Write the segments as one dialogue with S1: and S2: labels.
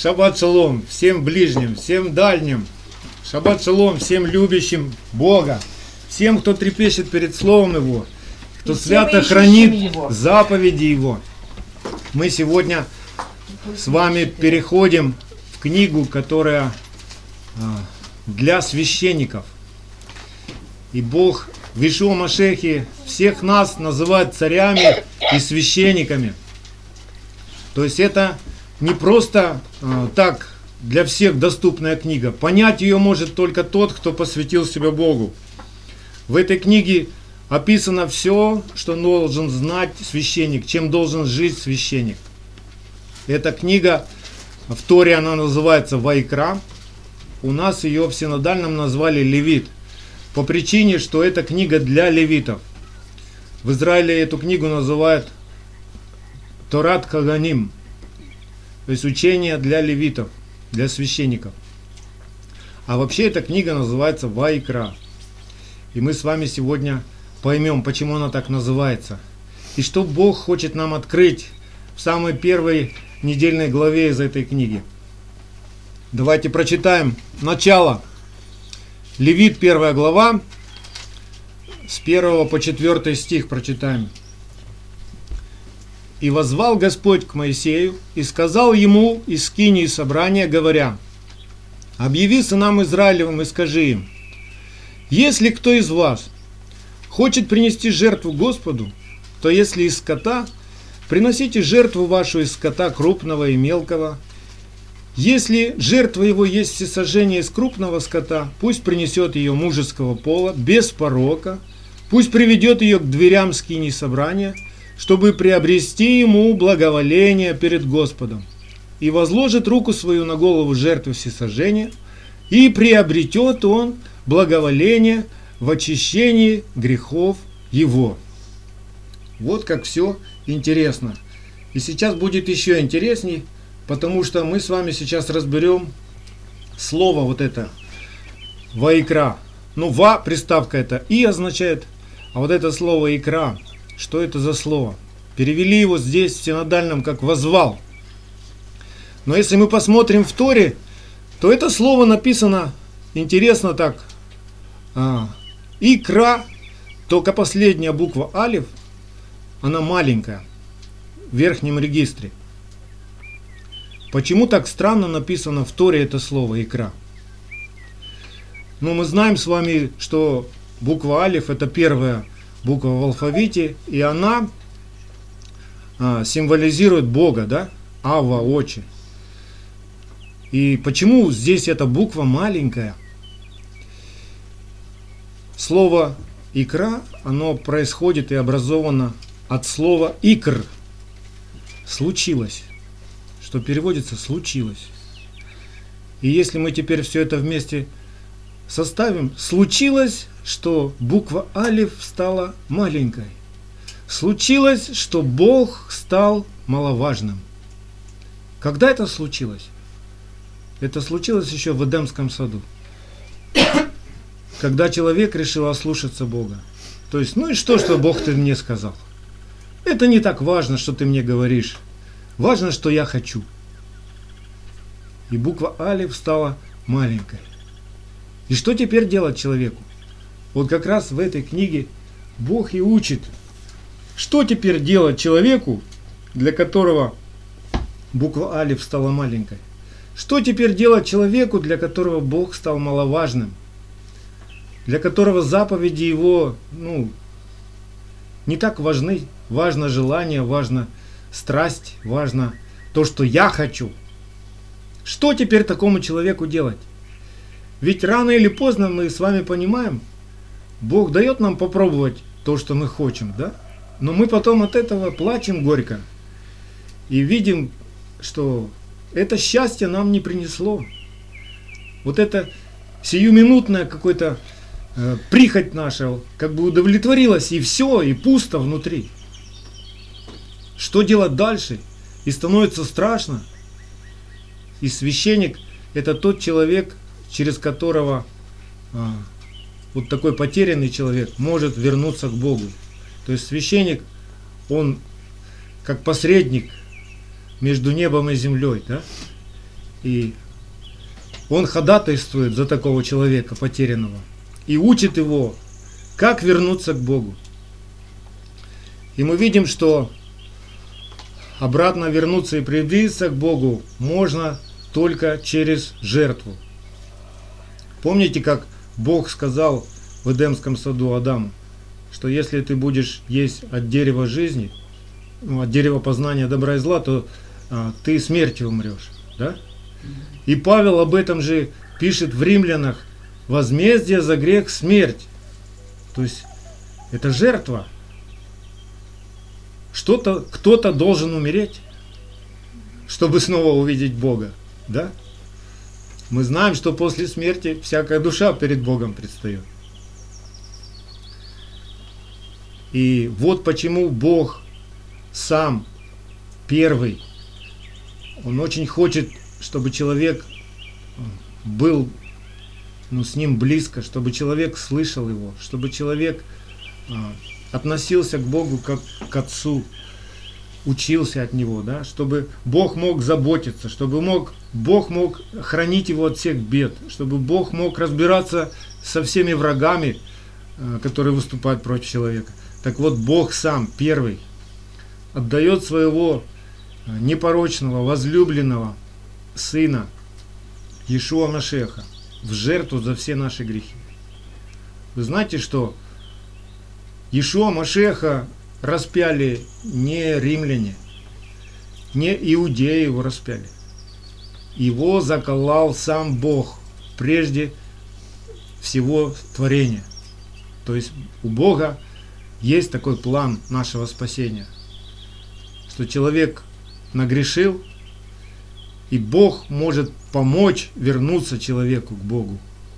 S1: Шаббат шалом всем ближним, всем дальним. Шаббат шалом всем любящим Бога. Всем, кто трепещет перед Словом Его, кто свято хранит заповеди Его. Мы сегодня с вами переходим в книгу, которая для священников. И Бог в Иешуа Машехе всех нас называет царями и священниками. То есть это не просто так для всех доступная книга. Понять ее может только тот, кто посвятил себя Богу. В этой книге описано все, что должен знать священник, чем должен жить священник. Эта книга, в Торе она называется Вайкра. У нас ее в синодальном назвали Левит. По причине, что это книга для левитов. В Израиле эту книгу называют Торат Каганим. То есть учение для левитов, для священников. А вообще эта книга называется Вайкра. И мы с вами сегодня поймем, почему она так называется. И что Бог хочет нам открыть в самой первой недельной главе из этой книги. Давайте прочитаем начало. Левит 1 глава, с 1 по 4 стих прочитаем. «И воззвал Господь к Моисею, и сказал ему из скинии собрания, говоря: объяви сынам Израилевым и скажи им: если кто из вас хочет принести жертву Господу, то если из скота, приносите жертву вашу из скота крупного и мелкого. Если жертва его есть всесожжение из крупного скота, пусть принесет ее мужеского пола, без порока, пусть приведет ее к дверям скинии собрания, чтобы приобрести ему благоволение перед Господом, и возложит руку свою на голову жертвы всесожжения, и приобретет он благоволение в очищении грехов его». Вот как все интересно. И сейчас будет еще интересней, потому что мы с вами сейчас разберем слово вот это «ваикра». Ну, «ва» приставка это «и» означает, а вот это слово «икра», что это за слово? Перевели его здесь в синодальном как «возвал». Но если мы посмотрим в Торе, то это слово написано интересно так. «Икра», только последняя буква «алиф», она маленькая в верхнем регистре. Почему так странно написано в Торе это слово «икра»? Ну, мы знаем с вами, что буква «алиф» это первая буква в алфавите, и она символизирует Бога, да? Ава, очи. И почему здесь эта буква маленькая? Слово «икра», оно происходит и образовано от слова «икр», «случилось», что переводится «случилось». И если мы теперь все это вместе составим, случилось, что буква «алиф» стала маленькой. Случилось, что Бог стал маловажным. Когда это случилось? Это случилось еще в Эдемском саду. Когда человек решил ослушаться Бога. То есть, ну и что Бог ты мне сказал? Это не так важно, что ты мне говоришь. Важно, что я хочу. И буква «алиф» стала маленькой. И что теперь делать человеку? Вот как раз в этой книге Бог и учит, что теперь делать человеку, для которого буква «алиф» стала маленькой. Что теперь делать человеку, для которого Бог стал маловажным? Для которого заповеди его, не так важны. Важно желание, важно страсть, важно то, что я хочу. Что теперь такому человеку делать? Ведь рано или поздно мы с вами понимаем, Бог дает нам попробовать то, что мы хотим, да? Но мы потом от этого плачем горько и видим, что это счастье нам не принесло. Вот это сиюминутное какое-то прихоть наша как бы удовлетворилась, и все, и пусто внутри. Что делать дальше? И становится страшно. И священник – это тот человек, через которого вот такой потерянный человек может вернуться к Богу. То есть священник, он как посредник между небом и землей, да? И Он ходатайствует за такого человека потерянного и учит его, как вернуться к Богу. И мы видим, что обратно вернуться и приблизиться к Богу можно только через жертву. Помните, как Бог сказал в Эдемском саду Адаму, что если ты будешь есть от дерева жизни, от дерева познания добра и зла, то ты смертью умрешь. Да? И Павел об этом же пишет в Римлянах: возмездие за грех — смерть. То есть это жертва. Кто-то должен умереть, чтобы снова увидеть Бога. Да? Мы знаем, что после смерти всякая душа перед Богом предстает. И вот почему Бог сам первый, Он очень хочет, чтобы человек был с Ним близко, чтобы человек слышал Его, чтобы человек относился к Богу как к Отцу, учился от Него, да? Чтобы Бог мог заботиться, чтобы Бог мог хранить его от всех бед, чтобы Бог мог разбираться со всеми врагами, которые выступают против человека. Так вот, Бог сам первый отдает своего непорочного, возлюбленного Сына Иешуа Машеха в жертву за все наши грехи. Вы знаете, что Иешуа Машеха распяли не римляне, не иудеи его распяли. Его заколол сам Бог прежде всего творения. То есть у Бога есть такой план нашего спасения, что человек нагрешил, и Бог может помочь вернуться человеку к Богу.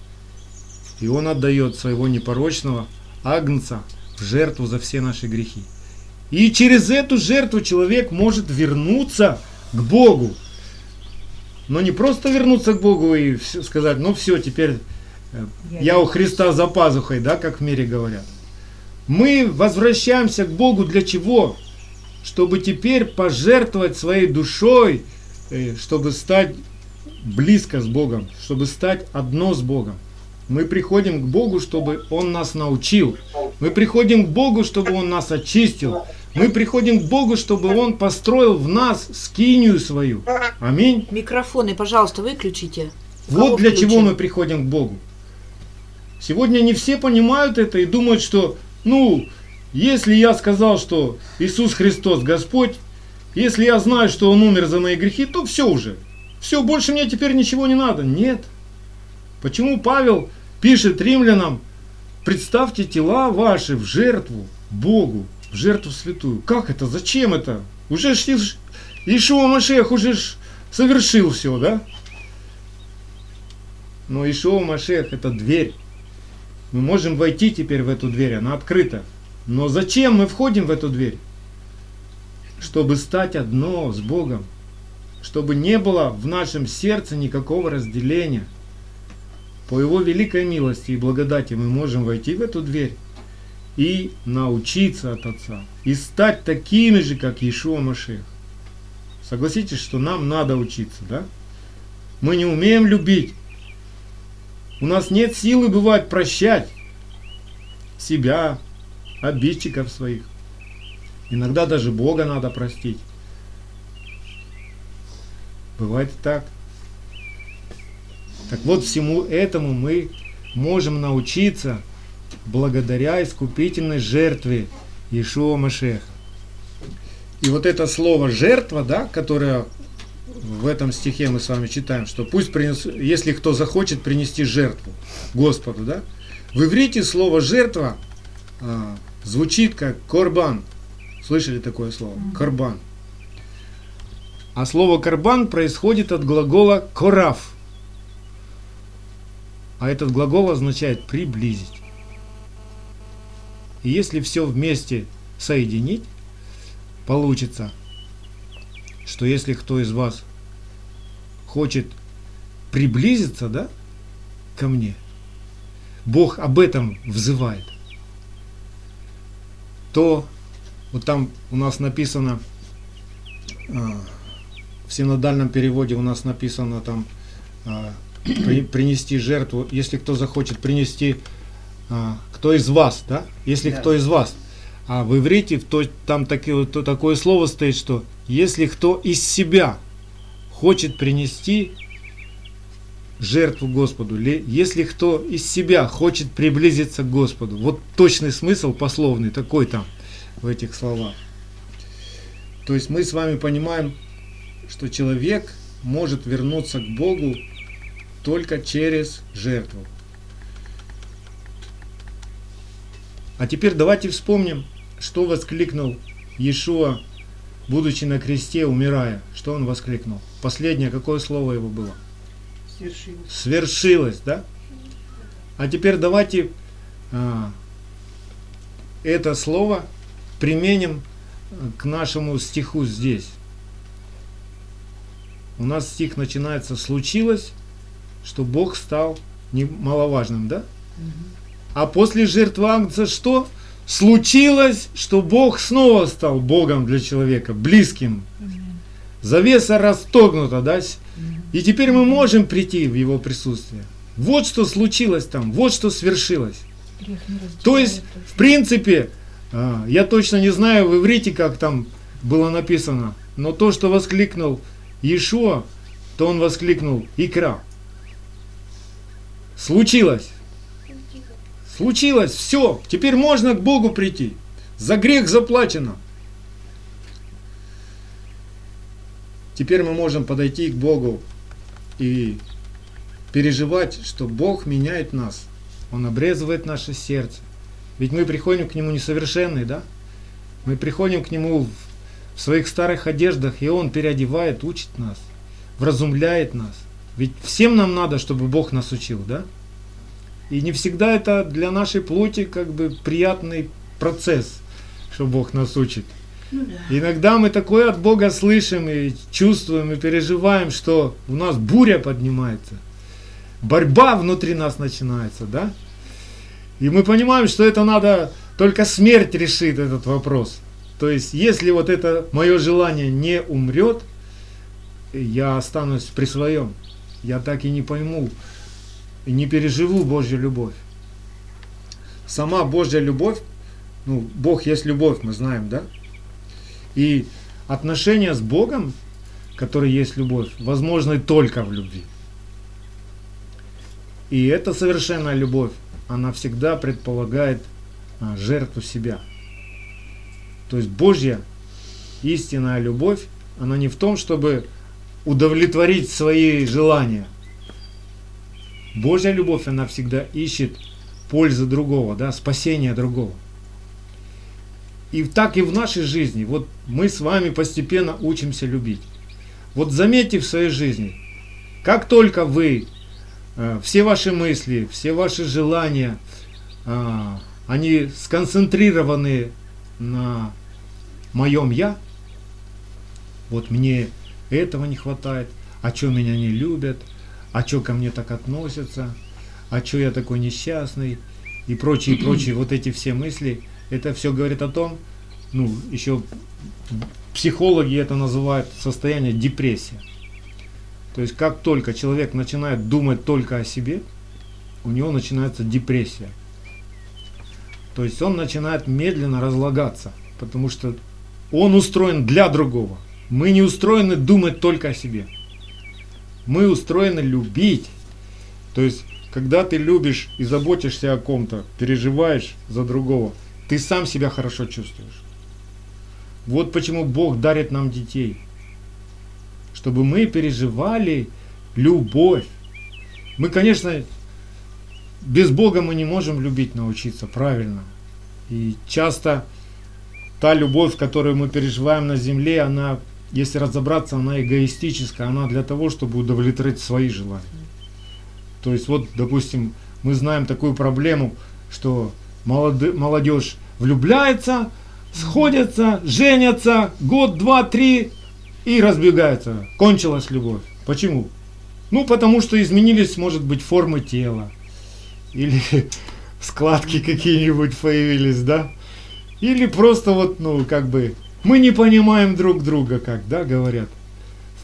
S1: И Он отдает своего непорочного агнца в жертву за все наши грехи. И через эту жертву человек может вернуться к Богу. Но не просто вернуться к Богу и сказать: ну все, теперь я у Христа за пазухой, да, как в мире говорят. Мы возвращаемся к Богу для чего? Чтобы теперь пожертвовать своей душой, чтобы стать близко с Богом, чтобы стать одно с Богом. Мы приходим к Богу, чтобы Он нас научил. Мы приходим к Богу, чтобы Он нас очистил. Мы приходим к Богу, чтобы Он построил в нас скинию свою. Аминь.
S2: Микрофоны, пожалуйста, выключите.
S1: Вот для чего мы приходим к Богу. Сегодня не все понимают это и думают, что, если я сказал, что Иисус Христос Господь, если я знаю, что Он умер за мои грехи, то все уже. Все, больше мне теперь ничего не надо. Нет. Почему Павел пишет римлянам: представьте тела ваши в жертву Богу, в жертву святую. Как это? Зачем это? Уже Иешуа Машех уже совершил все, да? Но Иешуа Машех — это дверь. Мы можем войти теперь в эту дверь, она открыта. Но зачем мы входим в эту дверь? Чтобы стать одно с Богом. Чтобы не было в нашем сердце никакого разделения. По Его великой милости и благодати мы можем войти в эту дверь и научиться от Отца. И стать такими же, как Иешуа Машех. Согласитесь, что нам надо учиться, да? Мы не умеем любить. У нас нет силы, бывает, прощать себя, обидчиков своих. Иногда даже Бога надо простить. Бывает и так. Так вот, всему этому мы можем научиться благодаря искупительной жертве Иешуа Машеха. И вот это слово «жертва», да, которое в этом стихе мы с вами читаем, что пусть если кто захочет принести жертву Господу, да, в иврите слово «жертва» звучит как «корбан». Слышали такое слово? «Корбан». А слово «корбан» происходит от глагола «корав». А этот глагол означает «приблизить». И если все вместе соединить, получится, что если кто из вас хочет приблизиться, да, ко мне, Бог об этом взывает, то вот там у нас написано в в синодальном переводе у нас написано там принести жертву, если кто захочет принести, кто из вас, да? Если
S3: Да.
S1: кто из вас. А в иврите там такое слово стоит, что если кто из себя хочет принести жертву Господу, или если кто из себя хочет приблизиться к Господу. Вот точный смысл пословный такой там в этих словах. То есть мы с вами понимаем, что человек может вернуться к Богу только через жертву. А теперь давайте вспомним, что воскликнул Иешуа, будучи на кресте, умирая. Что он воскликнул? Последнее, какое слово его было?
S3: Свершилось.
S1: Свершилось, да? А теперь давайте это слово применим к нашему стиху здесь. У нас стих начинается: случилось, что Бог стал немаловажным, да? А после жертвы Агнца что? Случилось, что Бог снова стал Богом для человека, близким. Завеса расторгнута, да? И теперь мы можем прийти в Его присутствие. Вот что случилось там, вот что свершилось. То есть, в принципе, я точно не знаю в иврите, как там было написано, но то, что воскликнул Иешуа, то он воскликнул икра. Случилось. Случилось, все, теперь можно к Богу прийти. За грех заплачено. Теперь мы можем подойти к Богу и переживать, что Бог меняет нас. Он обрезывает наше сердце. Ведь мы приходим к Нему несовершенные, да? Мы приходим к Нему в своих старых одеждах, и Он переодевает, учит нас, вразумляет нас. Ведь всем нам надо, чтобы Бог нас учил, да? И не всегда это для нашей плоти как бы приятный процесс, что Бог нас учит.
S2: Ну да.
S1: Иногда мы такое от Бога слышим и чувствуем, и переживаем, что у нас буря поднимается, борьба внутри нас начинается, да? И мы понимаем, что это надо, только смерть решит этот вопрос. То есть, если вот это мое желание не умрет, я останусь при своем. Я так и не пойму, и не переживу Божью любовь. Сама Божья любовь, Бог есть любовь, мы знаем, да? И отношения с Богом, который есть любовь, возможны только в любви. И эта совершенная любовь, она всегда предполагает жертву себя. То есть Божья истинная любовь, она не в том, чтобы удовлетворить свои желания. Божья любовь, она всегда ищет пользы другого, да, спасения другого. И так и в нашей жизни. Вот мы с вами постепенно учимся любить. Вот заметьте в своей жизни, как только вы, все ваши мысли, все ваши желания, они сконцентрированы на моем «я», вот мне этого не хватает, а что меня не любят, а что ко мне так относятся, а что я такой несчастный, и прочие, вот эти все мысли, это все говорит о том, еще психологи это называют состояние депрессии. То есть как только человек начинает думать только о себе, у него начинается депрессия. То есть он начинает медленно разлагаться, потому что он устроен для другого. Мы не устроены думать только о себе. Мы устроены любить. То есть, когда ты любишь и заботишься о ком-то, переживаешь за другого, ты сам себя хорошо чувствуешь. Вот почему Бог дарит нам детей. Чтобы мы переживали любовь. Мы, конечно, без Бога мы не можем любить научиться правильно. И часто та любовь, которую мы переживаем на земле, она, если разобраться, она эгоистическая, она для того, чтобы удовлетворить свои желания. То есть вот, допустим, мы знаем такую проблему, что молодежь влюбляется, сходятся, женятся, год, два, три и разбегаются. Кончилась любовь. Почему? Потому что изменились, может быть, формы тела. Или складки какие-нибудь появились, да? Или просто мы не понимаем друг друга, как, да, говорят. В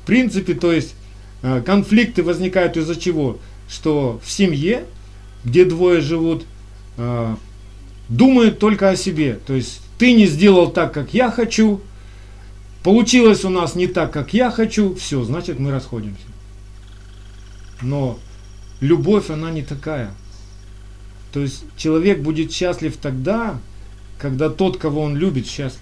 S1: принципе, то есть конфликты возникают из-за чего? Что в семье, где двое живут, думают только о себе. То есть ты не сделал так, как я хочу, получилось у нас не так, как я хочу, все, значит мы расходимся. Но любовь, она не такая. То есть человек будет счастлив тогда, когда тот, кого он любит, счастлив.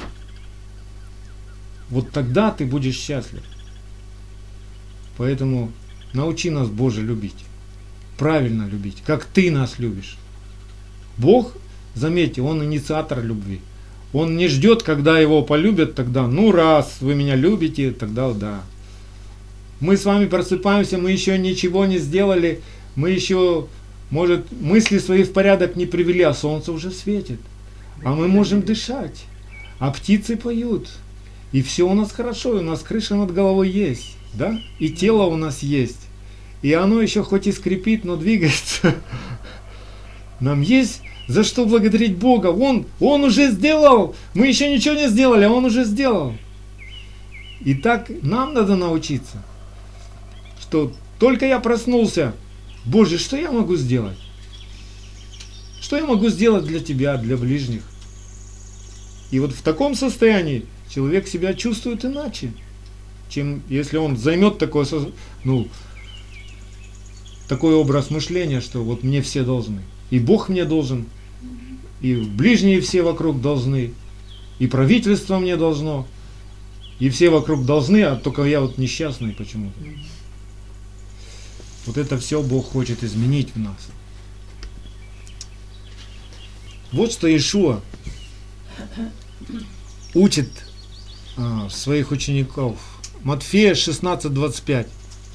S1: Вот тогда ты будешь счастлив. Поэтому научи нас, Боже, любить. Правильно любить, как ты нас любишь. Бог, заметьте, Он инициатор любви. Он не ждет, когда его полюбят, тогда, ну раз вы меня любите, тогда да. Мы с вами просыпаемся, мы еще ничего не сделали, мы еще, может, мысли свои в порядок не привели, а солнце уже светит. А мы можем дышать, а птицы поют. И все у нас хорошо, и у нас крыша над головой есть, да? И тело у нас есть. И оно еще хоть и скрипит, но двигается. Нам есть за что благодарить Бога. Он уже сделал. Мы еще ничего не сделали, а Он уже сделал. И так нам надо научиться, что только я проснулся, Боже, что я могу сделать? Что я могу сделать для Тебя, для ближних? И вот в таком состоянии человек себя чувствует иначе, чем если он займет такой образ мышления, что вот мне все должны. И Бог мне должен, и ближние все вокруг должны, и правительство мне должно, и все вокруг должны, а только я вот несчастный почему-то. Вот это все Бог хочет изменить в нас. Вот что Иешуа учит своих учеников. Матфея 16:25.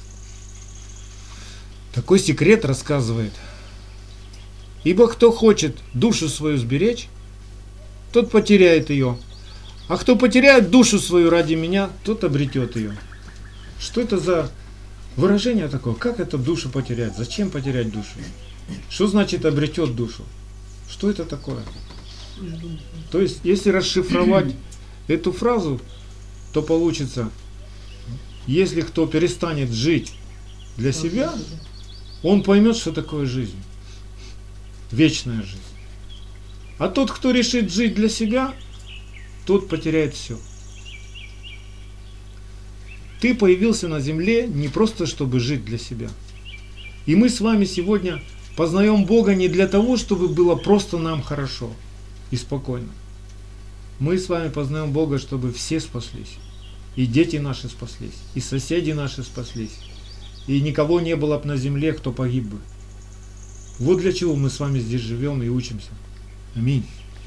S1: Такой секрет рассказывает. Ибо кто хочет душу свою сберечь, тот потеряет ее. А кто потеряет душу свою ради меня, тот обретет ее. Что это за выражение такое? Как это душу потерять? Зачем потерять душу? Что значит обретет душу? Что это такое? То есть, если расшифровать эту фразу, то получится, если кто перестанет жить для себя, он поймет, что такое жизнь. Вечная жизнь. А тот, кто решит жить для себя, тот потеряет все. Ты появился на земле не просто, чтобы жить для себя. И мы с вами сегодня познаем Бога не для того, чтобы было просто нам хорошо и спокойно. Мы с вами познаем Бога, чтобы все спаслись. И дети наши спаслись, и соседи наши спаслись. И никого не было бы на земле, кто погиб бы. Вот для чего мы с вами здесь живем и учимся. Аминь.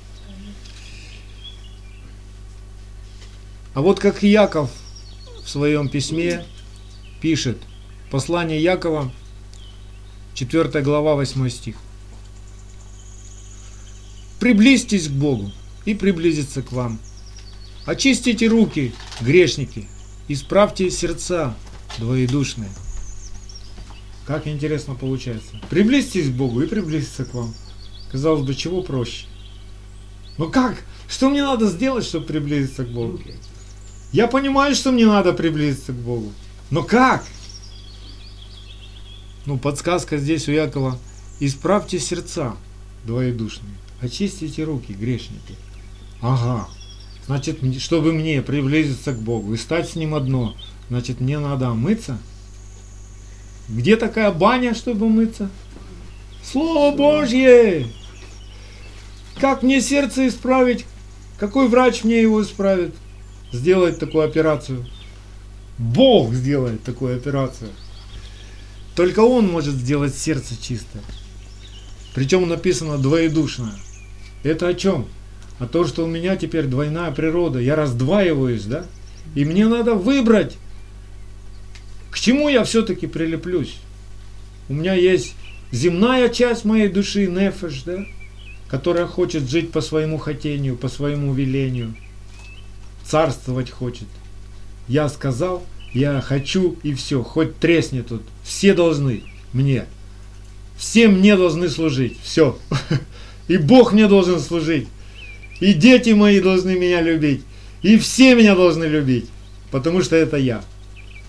S1: А вот как Яков в своем письме пишет, послание Якова, 4 глава, 8 стих. «Приблизьтесь к Богу, и приблизится к вам. Очистите руки, грешники, исправьте сердца двоедушные». Как интересно получается. Приблизьтесь к Богу и приблизится к вам. Казалось бы, чего проще? Но как? Что мне надо сделать, чтобы приблизиться к Богу? Я понимаю, что мне надо приблизиться к Богу. Но как? Подсказка здесь у Якова. Исправьте сердца двоедушные. Очистите руки, грешники. Ага. Значит, чтобы мне приблизиться к Богу и стать с Ним одно, значит, мне надо омыться. Где такая баня, чтобы мыться? Слово Божье! Как мне сердце исправить? Какой врач мне его исправит? Сделает такую операцию. Бог сделает такую операцию. Только Он может сделать сердце чистое. Причем написано двоедушное. Это о чем? О том, что у меня теперь двойная природа. Я раздваиваюсь, да? И мне надо выбрать, к чему я все-таки прилеплюсь. У меня есть земная часть моей души, нефеш, да? Которая хочет жить по своему хотению, по своему велению. Царствовать хочет. Я сказал, я хочу, и все. Хоть тресни тут. Все должны мне. Все мне должны служить. Все. И Бог мне должен служить. И дети мои должны меня любить. И все меня должны любить. Потому что это я.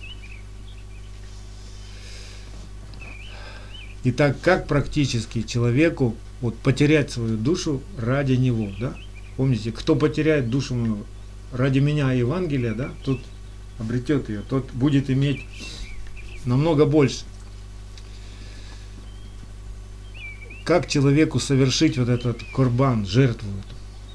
S1: Итак, как практически человеку вот потерять свою душу ради него, да? Помните, кто потеряет душу мою ради меня и Евангелия, да, тот обретет ее, тот будет иметь намного больше. Как человеку совершить вот этот корбан, жертву эту?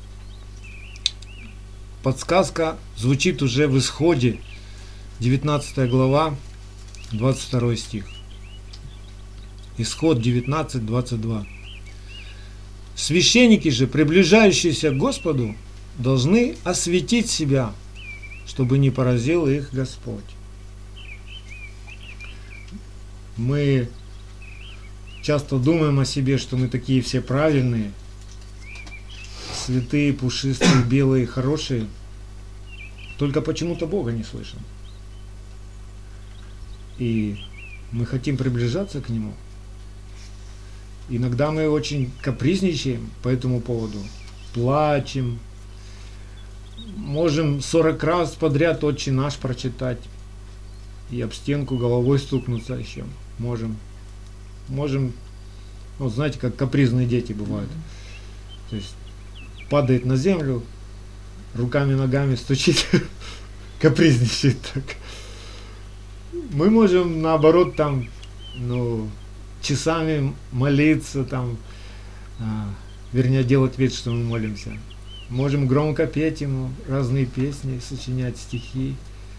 S1: Подсказка звучит уже в Исходе, 19 глава, 22 стих. Исход 19, 22. Священники же, приближающиеся к Господу, должны осветить себя, чтобы не поразил их Господь. Мы часто думаем о себе, что мы такие все правильные, святые, пушистые, белые, хорошие, только почему-то Бога не слышим. И мы хотим приближаться к Нему. Иногда мы очень капризничаем по этому поводу, плачем, можем 40 раз подряд «Отче наш» прочитать и об стенку головой стукнуться еще. Можем, вот знаете, как капризные дети бывают. То есть падает на землю, руками, ногами стучит, капризничает так. Мы можем наоборот там, часами молиться, там, вернее, делать вид, что мы молимся. Можем громко петь Ему, разные песни, сочинять стихи.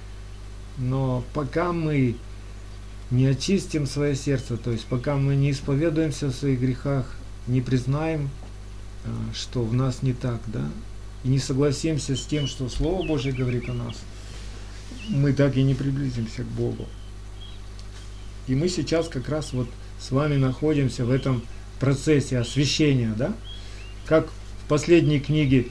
S1: Но пока мы не очистим свое сердце, то есть пока мы не исповедуемся в своих грехах, не признаем, что в нас не так, да, и не согласимся с тем, что Слово Божие говорит о нас, мы так и не приблизимся к Богу. И мы сейчас как раз вот с вами находимся в этом процессе освящения, да? Как в последней книге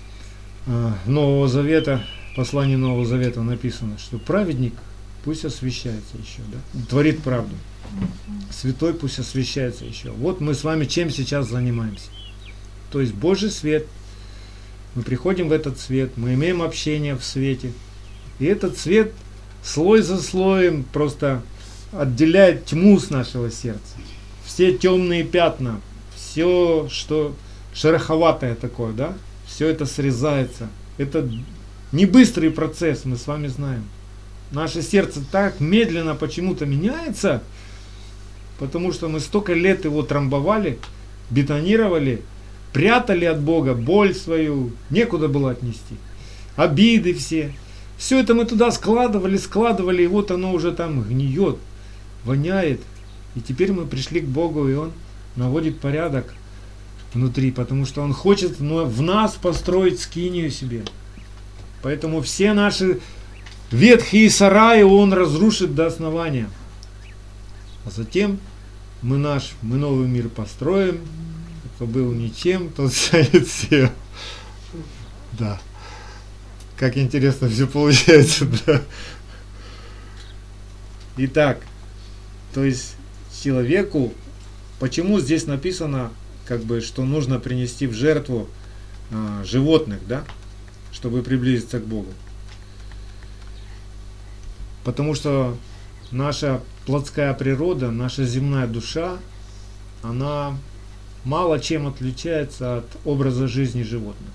S1: Нового Завета, послании Нового Завета написано, что праведник пусть освящается еще, да? Творит правду. Святой пусть освящается еще. Вот мы с вами чем сейчас занимаемся. То есть Божий свет. Мы приходим в этот свет, мы имеем общение в свете. И этот свет слой за слоем просто отделяет тьму с нашего сердца. Все темные пятна, все, что шероховатое такое, да, все это срезается. Это не быстрый процесс, мы с вами знаем. Наше сердце так медленно почему-то меняется, потому что мы столько лет его трамбовали, бетонировали, прятали от Бога боль свою, некуда было отнести. Обиды все. Все это мы туда складывали, и вот оно уже там гниет, воняет. И теперь мы пришли к Богу, и Он наводит порядок внутри, потому что Он хочет в нас построить скинию себе. Поэтому все наши ветхие сараи Он разрушит до основания. А затем мы новый мир построим. Кто был ничем, тот станет всем. Да. Как интересно все получается, да. Итак, то есть человеку, почему здесь написано, что нужно принести в жертву животных, да, чтобы приблизиться к Богу? Потому что наша плотская природа, наша земная душа, она мало чем отличается от образа жизни животных.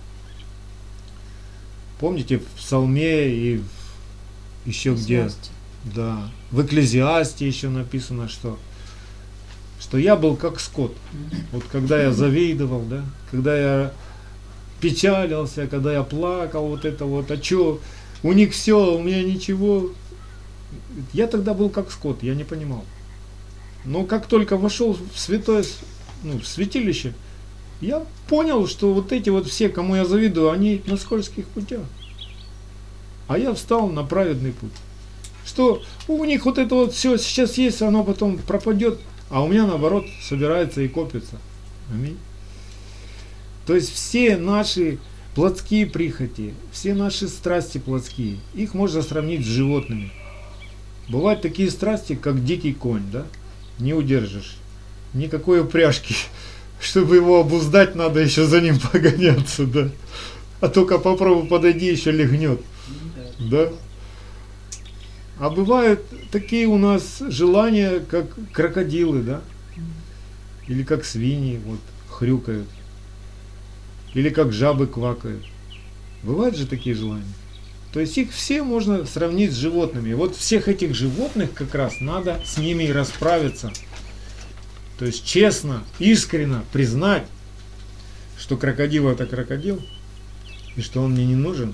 S1: Помните, в Псалме и еще где, да, в Экклезиасте еще написано, что я был как скот. Вот когда я завидовал, да, когда я печалился, когда я плакал, вот это вот, а что, у них все, у меня ничего. Я тогда был как скот, я не понимал. Но как только вошел в святое, в святилище, я понял, что вот эти вот все, кому я завидую, они на скользких путях. А я встал на праведный путь. Что у них вот это вот все сейчас есть, оно потом пропадет, а у меня наоборот собирается и копится. Аминь. То есть все наши плотские прихоти, все наши страсти плотские, их можно сравнить с животными. Бывают такие страсти, как дикий конь, да? Не удержишь. Никакой упряжки. Чтобы его обуздать, надо еще за ним погоняться, да? А только попробуй подойди, еще легнет. Да? А бывают такие у нас желания, как крокодилы, да? Или как свиньи вот хрюкают. Или как жабы квакают. Бывают же такие желания. То есть их все можно сравнить с животными. И вот всех этих животных как раз надо с ними и расправиться. То есть честно, искренно признать, что крокодил это крокодил, и что он мне не нужен,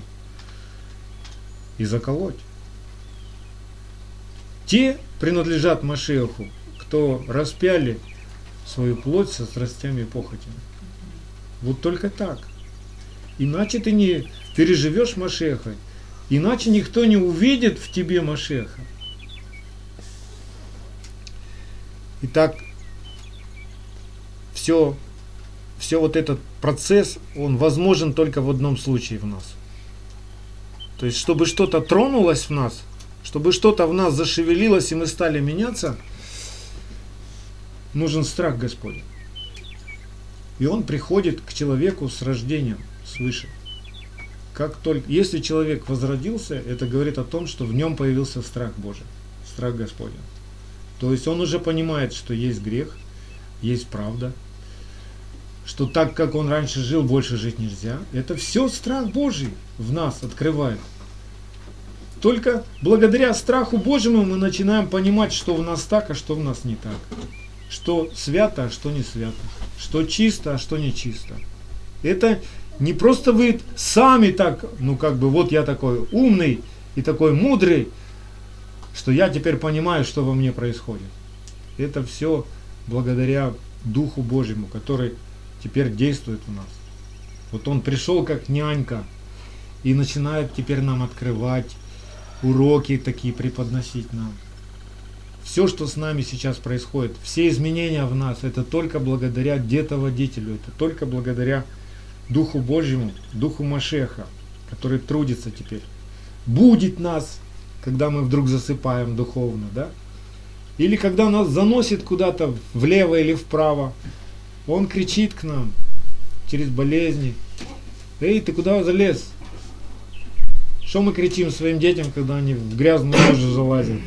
S1: и заколоть. Те принадлежат Машиаху, кто распяли свою плоть со страстями и похотями. Вот только так. Иначе ты не переживешь Машиаха, иначе никто не увидит в тебе Машиаха. Итак, все вот этот процесс, он возможен только в одном случае в нас. То есть, чтобы что-то тронулось в нас, чтобы что-то в нас зашевелилось и мы стали меняться, нужен страх Господень. И он приходит к человеку с рождением свыше. Как только, если человек возродился, это говорит о том, что в нем появился страх Божий, страх Господень. То есть он уже понимает, что есть грех, есть правда, что так, как он раньше жил, больше жить нельзя. Это все страх Божий в нас открывает. Только благодаря страху Божьему мы начинаем понимать, что в нас так, а что в нас не так. Что свято, а что не свято. Что чисто, а что не чисто. Это не просто вы сами так, вот я такой умный и такой мудрый, что я теперь понимаю, что во мне происходит. Это все благодаря Духу Божьему, который теперь действует в нас. Вот он пришел как нянька и начинает теперь нам открывать, уроки такие преподносить нам. Все, что с нами сейчас происходит, все изменения в нас, это только благодаря Детоводителю, это только благодаря Духу Божьему, Духу Машеха, который трудится теперь. Будет нас, когда мы вдруг засыпаем духовно, да? Или когда нас заносит куда-то влево или вправо, он кричит к нам через болезни: «Эй, ты куда залез?» Что мы кричим своим детям, когда они в грязную лужу залазят?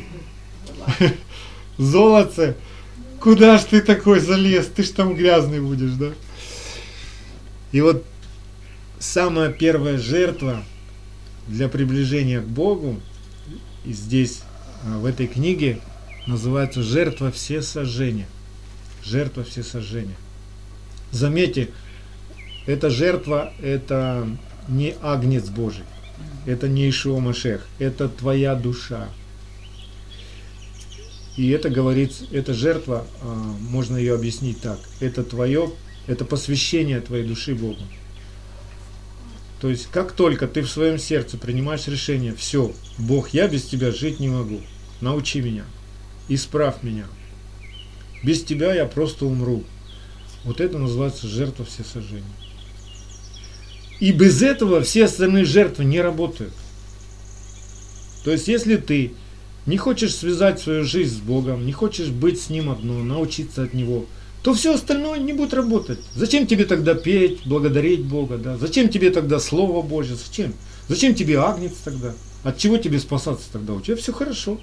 S1: Золотце, куда ж ты такой залез? Ты ж там грязный будешь, да? И вот самая первая жертва для приближения к Богу, и здесь, в этой книге, называется жертва всесожжения. Жертва всесожжения. Заметьте, эта жертва, это не агнец Божий, это не Иешуа Машиах, это твоя душа. И это говорится, эта жертва, можно ее объяснить так, это посвящение твоей души Богу. То есть, как только ты в своем сердце принимаешь решение: все, Бог, я без тебя жить не могу, научи меня, исправь меня, без тебя я просто умру. Вот это называется жертва всесожжения. И без этого все остальные жертвы не работают. То есть, если ты не хочешь связать свою жизнь с Богом, не хочешь быть с Ним одно, научиться от Него, то все остальное не будет работать. Зачем тебе тогда петь, благодарить Бога? Да? Зачем тебе тогда Слово Божье? Зачем? Зачем тебе агнец тогда? От чего тебе спасаться тогда? У тебя все хорошо.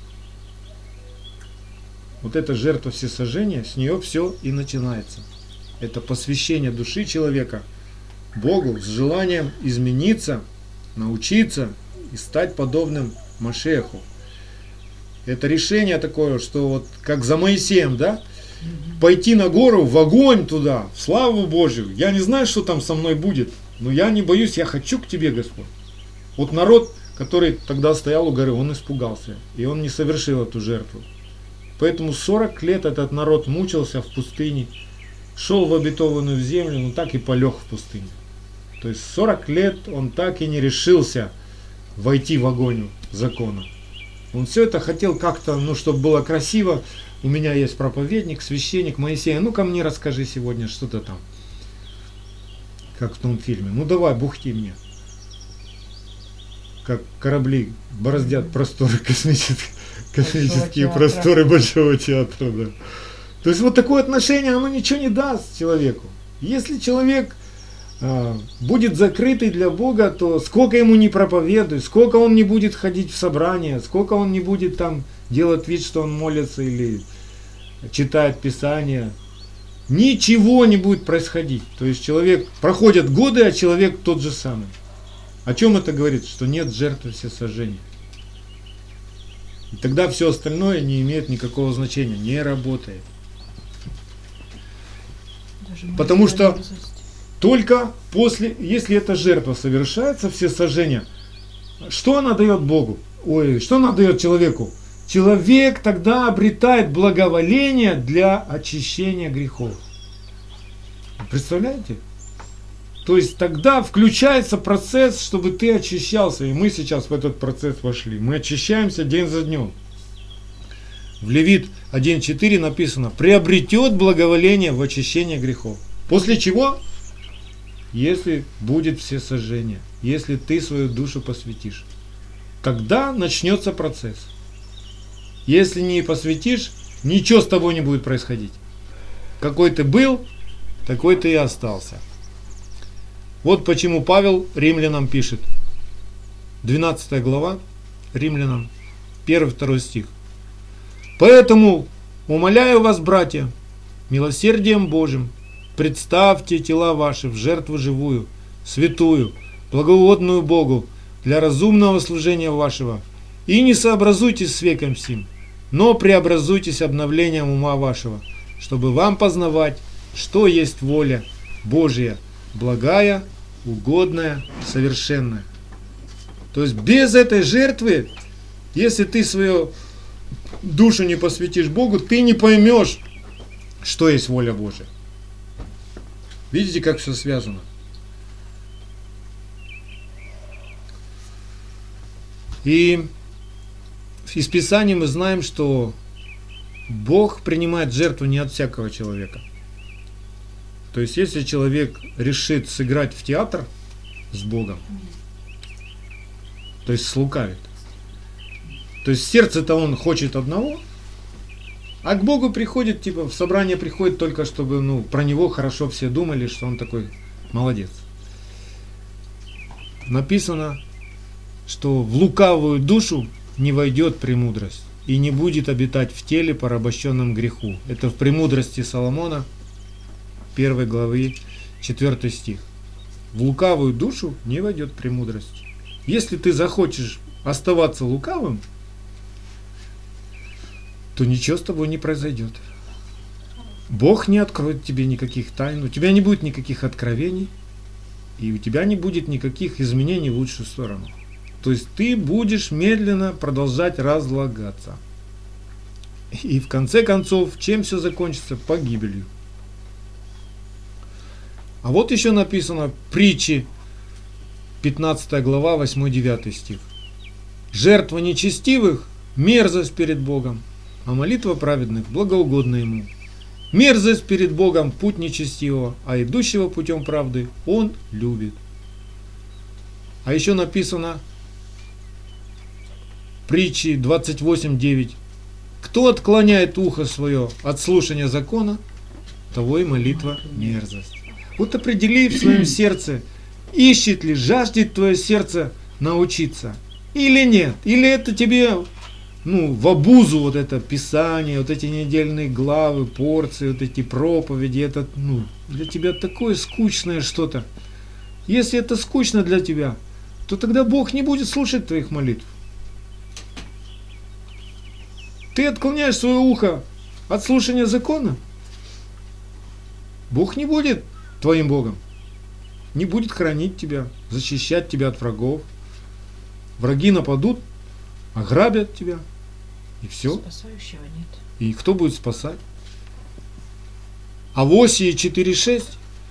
S1: Вот эта жертва всесожжения, с нее все и начинается. Это посвящение души человека Богу с желанием измениться, научиться и стать подобным Машиаху. Это решение такое, что вот как за Моисеем, да? Пойти на гору, в огонь туда, в славу Божию. Я не знаю, что там со мной будет, но я не боюсь, я хочу к Тебе, Господь. Вот народ, который тогда стоял у горы, он испугался, и он не совершил эту жертву. Поэтому 40 лет этот народ мучился в пустыне, шел в обетованную землю, но так и полег в пустыне. То есть 40 лет он так и не решился войти в огонь закона. Он все это хотел как-то, чтобы было красиво. У меня есть проповедник, священник Моисей. Ну-ка мне расскажи сегодня что-то там. Как в том фильме. Ну давай, бухти мне. Как корабли бороздят просторы космические просторы Большого театра. Да. То есть вот такое отношение, оно ничего не даст человеку. Если человек будет закрытый для Бога, то сколько ему не проповедуй, сколько он не будет ходить в собрания, сколько он не будет там делать вид, что он молится или читает Писание, ничего не будет происходить. То есть человек, проходят годы, а человек тот же самый. О чем это говорит? Что нет жертвы всесожжения. И тогда все остальное не имеет никакого значения, не работает. Потому что только после, если эта жертва совершается, всесожжение, что она дает Богу? Что она дает человеку? Человек тогда обретает благоволение для очищения грехов. Представляете? То есть тогда включается процесс, чтобы ты очищался. И мы сейчас в этот процесс вошли. Мы очищаемся день за днем. В Левит 1.4 написано: приобретет благоволение в очищение грехов. После чего? Если будет всесожжение, если ты свою душу посвятишь, тогда начнется процесс. Если не посвятишь, ничего с тобой не будет происходить. Какой ты был, такой ты и остался. Вот почему Павел Римлянам пишет, 12 глава, Римлянам, 1-2 стих. Поэтому умоляю вас, братья, милосердием Божьим, представьте тела ваши в жертву живую, святую, благоугодную Богу, для разумного служения вашего, и не сообразуйтесь с веком сим, но преобразуйтесь обновлением ума вашего, чтобы вам познавать, что есть воля Божья, благая, угодная, совершенная. То есть без этой жертвы, если ты свою душу не посвятишь Богу, ты не поймешь, что есть воля Божья. Видите, как все связано? И из Писания мы знаем, что Бог принимает жертву не от всякого человека. То есть, если человек решит сыграть в театр с Богом, то есть слукавит, то есть в сердце-то он хочет одного, а к Богу приходит, типа в собрание приходит только, чтобы про него хорошо все думали, что он такой молодец. Написано, что в лукавую душу не войдет премудрость и не будет обитать в теле, порабощенном греху. Это в премудрости Соломона, 1 главы, 4 стих. В лукавую душу не войдет премудрость. Если ты захочешь оставаться лукавым, то ничего с тобой не произойдет. Бог не откроет тебе никаких тайн, у тебя не будет никаких откровений, и у тебя не будет никаких изменений в лучшую сторону. То есть ты будешь медленно продолжать разлагаться. И в конце концов, чем все закончится? Погибелью. А вот еще написано в Притче, 15 глава, 8-9 стих. Жертва нечестивых – мерзость перед Богом, а молитва праведных благоугодна Ему. Мерзость перед Богом – путь нечестивого, а идущего путем правды Он любит. А еще написано в Притче 28.9. Кто отклоняет ухо свое от слушания закона, того и молитва мерзость. Вот определи в своем сердце, ищет ли, жаждет твое сердце научиться или нет. Или это тебе в обузу вот это Писание, вот эти недельные главы, порции, вот эти проповеди, это для тебя такое скучное что-то. Если это скучно для тебя, то тогда Бог не будет слушать твоих молитв. Ты отклоняешь свое ухо от слушания закона, Бог не будет твоим Богом. Не будет хранить тебя, защищать тебя от врагов. Враги нападут, ограбят тебя. И все.
S2: Спасающего нет.
S1: И кто будет спасать? А в Осии 4.6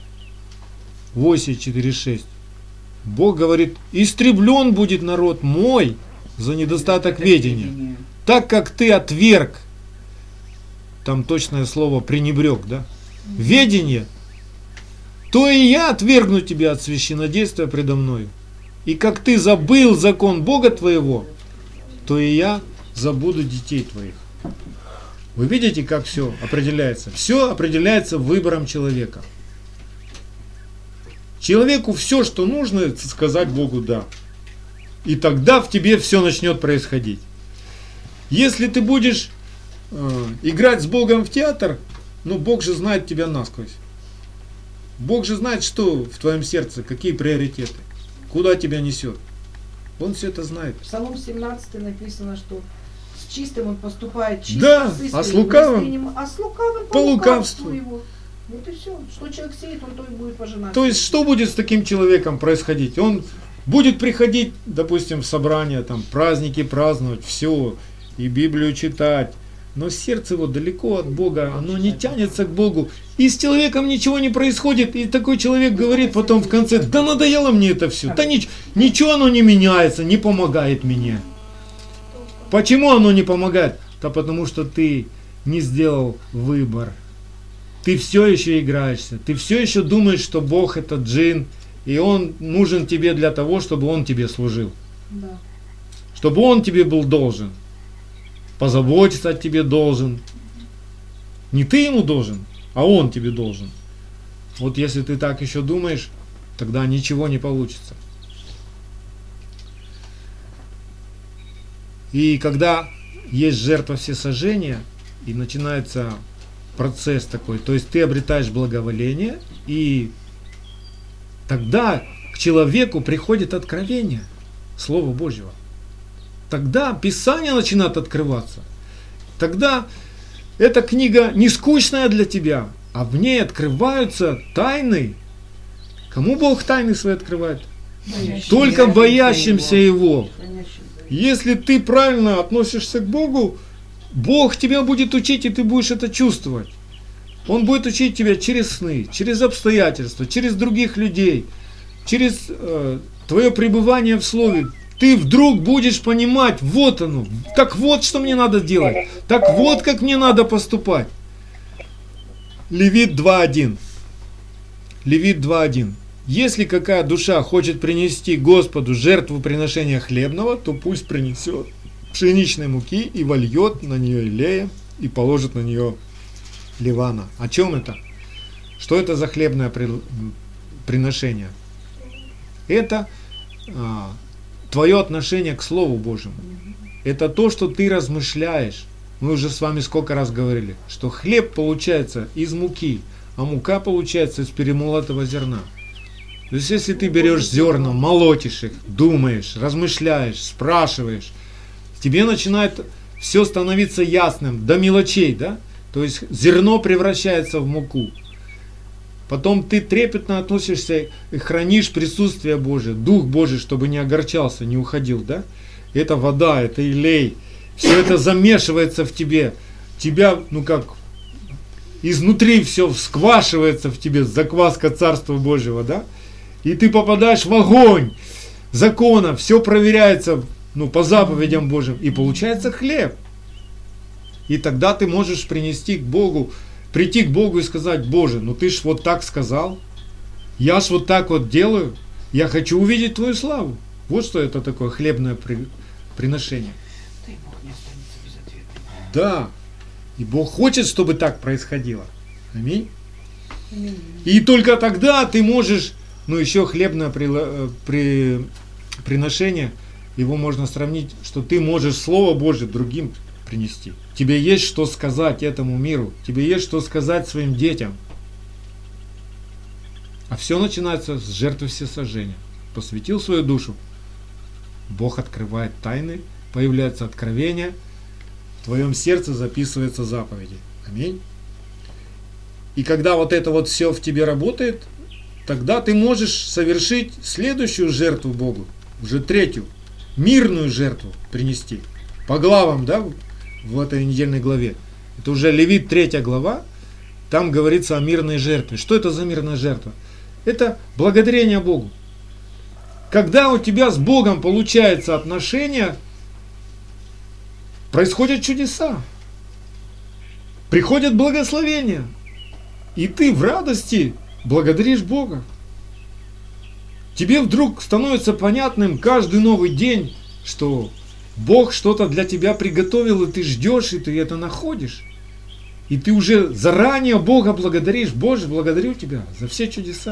S1: Бог говорит: истреблен будет народ мой за недостаток ведения, так как ты отверг, там точное слово пренебрег, да? Ведение, то и я отвергну тебя от священнодействия предо мною. И как ты забыл закон Бога твоего, то и я забуду детей твоих. Вы видите, как все определяется? Все определяется выбором человека. Человеку все, что нужно, сказать Богу «да». И тогда в тебе все начнет происходить. Если ты будешь играть с Богом в театр, ну Бог же знает тебя насквозь. Бог же знает, что в твоем сердце, какие приоритеты, куда тебя несет. Он все это знает.
S3: Псалом 17 написано, что с чистым он поступает чисто,
S1: Да,
S3: с
S1: а с лукавым
S3: искренним, а с лукавым
S1: по лукавству.
S3: его. Вот и все. Что человек сеет, он то и будет пожинать.
S1: То есть, что будет с таким человеком происходить? Он будет приходить, допустим, в собрание, там, праздники праздновать, все, и Библию читать, но сердце его далеко от Бога, оно не тянется к Богу, и с человеком ничего не происходит, и такой человек говорит потом в конце: да надоело мне это все, да ничего оно не меняется, не помогает мне. Почему оно не помогает? Да потому что ты не сделал выбор. Ты все еще играешься, ты все еще думаешь, что Бог это джин, и Он нужен тебе для того, чтобы Он тебе служил.
S3: Да.
S1: Чтобы Он тебе был должен. Позаботиться о тебе должен. Не ты Ему должен, а Он тебе должен. Вот если ты так еще думаешь, тогда ничего не получится. И когда есть жертва всесожжения, и начинается процесс такой, то есть ты обретаешь благоволение, и тогда к человеку приходит откровение Слова Божьего. Тогда Писание начинает открываться. Тогда эта книга не скучная для тебя, а в ней открываются тайны. Кому Бог тайны свои открывает? Только боящимся Его. Если ты правильно относишься к Богу, Бог тебя будет учить, и ты будешь это чувствовать. Он будет учить тебя через сны, через обстоятельства, через других людей, через твое пребывание в Слове. Ты вдруг будешь понимать: вот оно, так вот, что мне надо делать, так вот, как мне надо поступать. Левит 2.1. Левит 2.1. Если какая душа хочет принести Господу жертву приношения хлебного, то пусть принесет пшеничной муки и вольет на нее илея и положит на нее ливана. О чем это? Что это за хлебное приношение? Это твое отношение к Слову Божьему. Это то, что ты размышляешь. Мы уже с вами сколько раз говорили, что хлеб получается из муки, а мука получается из перемолотого зерна. То есть, если ты берешь зерна, молотишь их, думаешь, размышляешь, спрашиваешь, тебе начинает все становиться ясным до мелочей, да? То есть зерно превращается в муку. Потом ты трепетно относишься и хранишь присутствие Божие, Дух Божий, чтобы не огорчался, не уходил, да? Это вода, это илей. Все это замешивается в тебе. Тебя, изнутри все сквашивается в тебе, закваска Царства Божьего, да? И ты попадаешь в огонь закона, все проверяется, по заповедям Божьим, и получается хлеб. И тогда ты можешь прийти к Богу и сказать: Боже, ты ж вот так сказал, я ж вот так вот делаю, я хочу увидеть Твою славу. Вот что это такое хлебное приношение. Да, и Бог хочет, чтобы так происходило. Аминь. И только тогда ты можешь, еще хлебное приношение, его можно сравнить, что ты можешь Слово Божие другим принести. Тебе есть что сказать этому миру, тебе есть что сказать своим детям. А все начинается с жертвы всесожжения. Посвятил свою душу, Бог открывает тайны, появляется откровение, в твоем сердце записываются заповеди. Аминь. И когда вот это вот все в тебе работает, тогда ты можешь совершить следующую жертву Богу, уже третью, мирную жертву принести. По главам, да, в этой недельной главе. Это уже Левит 3 глава, там говорится о мирной жертве. Что это за мирная жертва? Это благодарение Богу. Когда у тебя с Богом получается отношения, происходят чудеса. Приходят благословения. И ты в радости благодаришь Бога. Тебе вдруг становится понятным каждый новый день, что Бог что-то для тебя приготовил, и ты ждешь, и ты это находишь. И ты уже заранее Бога благодаришь. Боже, благодарю Тебя за все чудеса.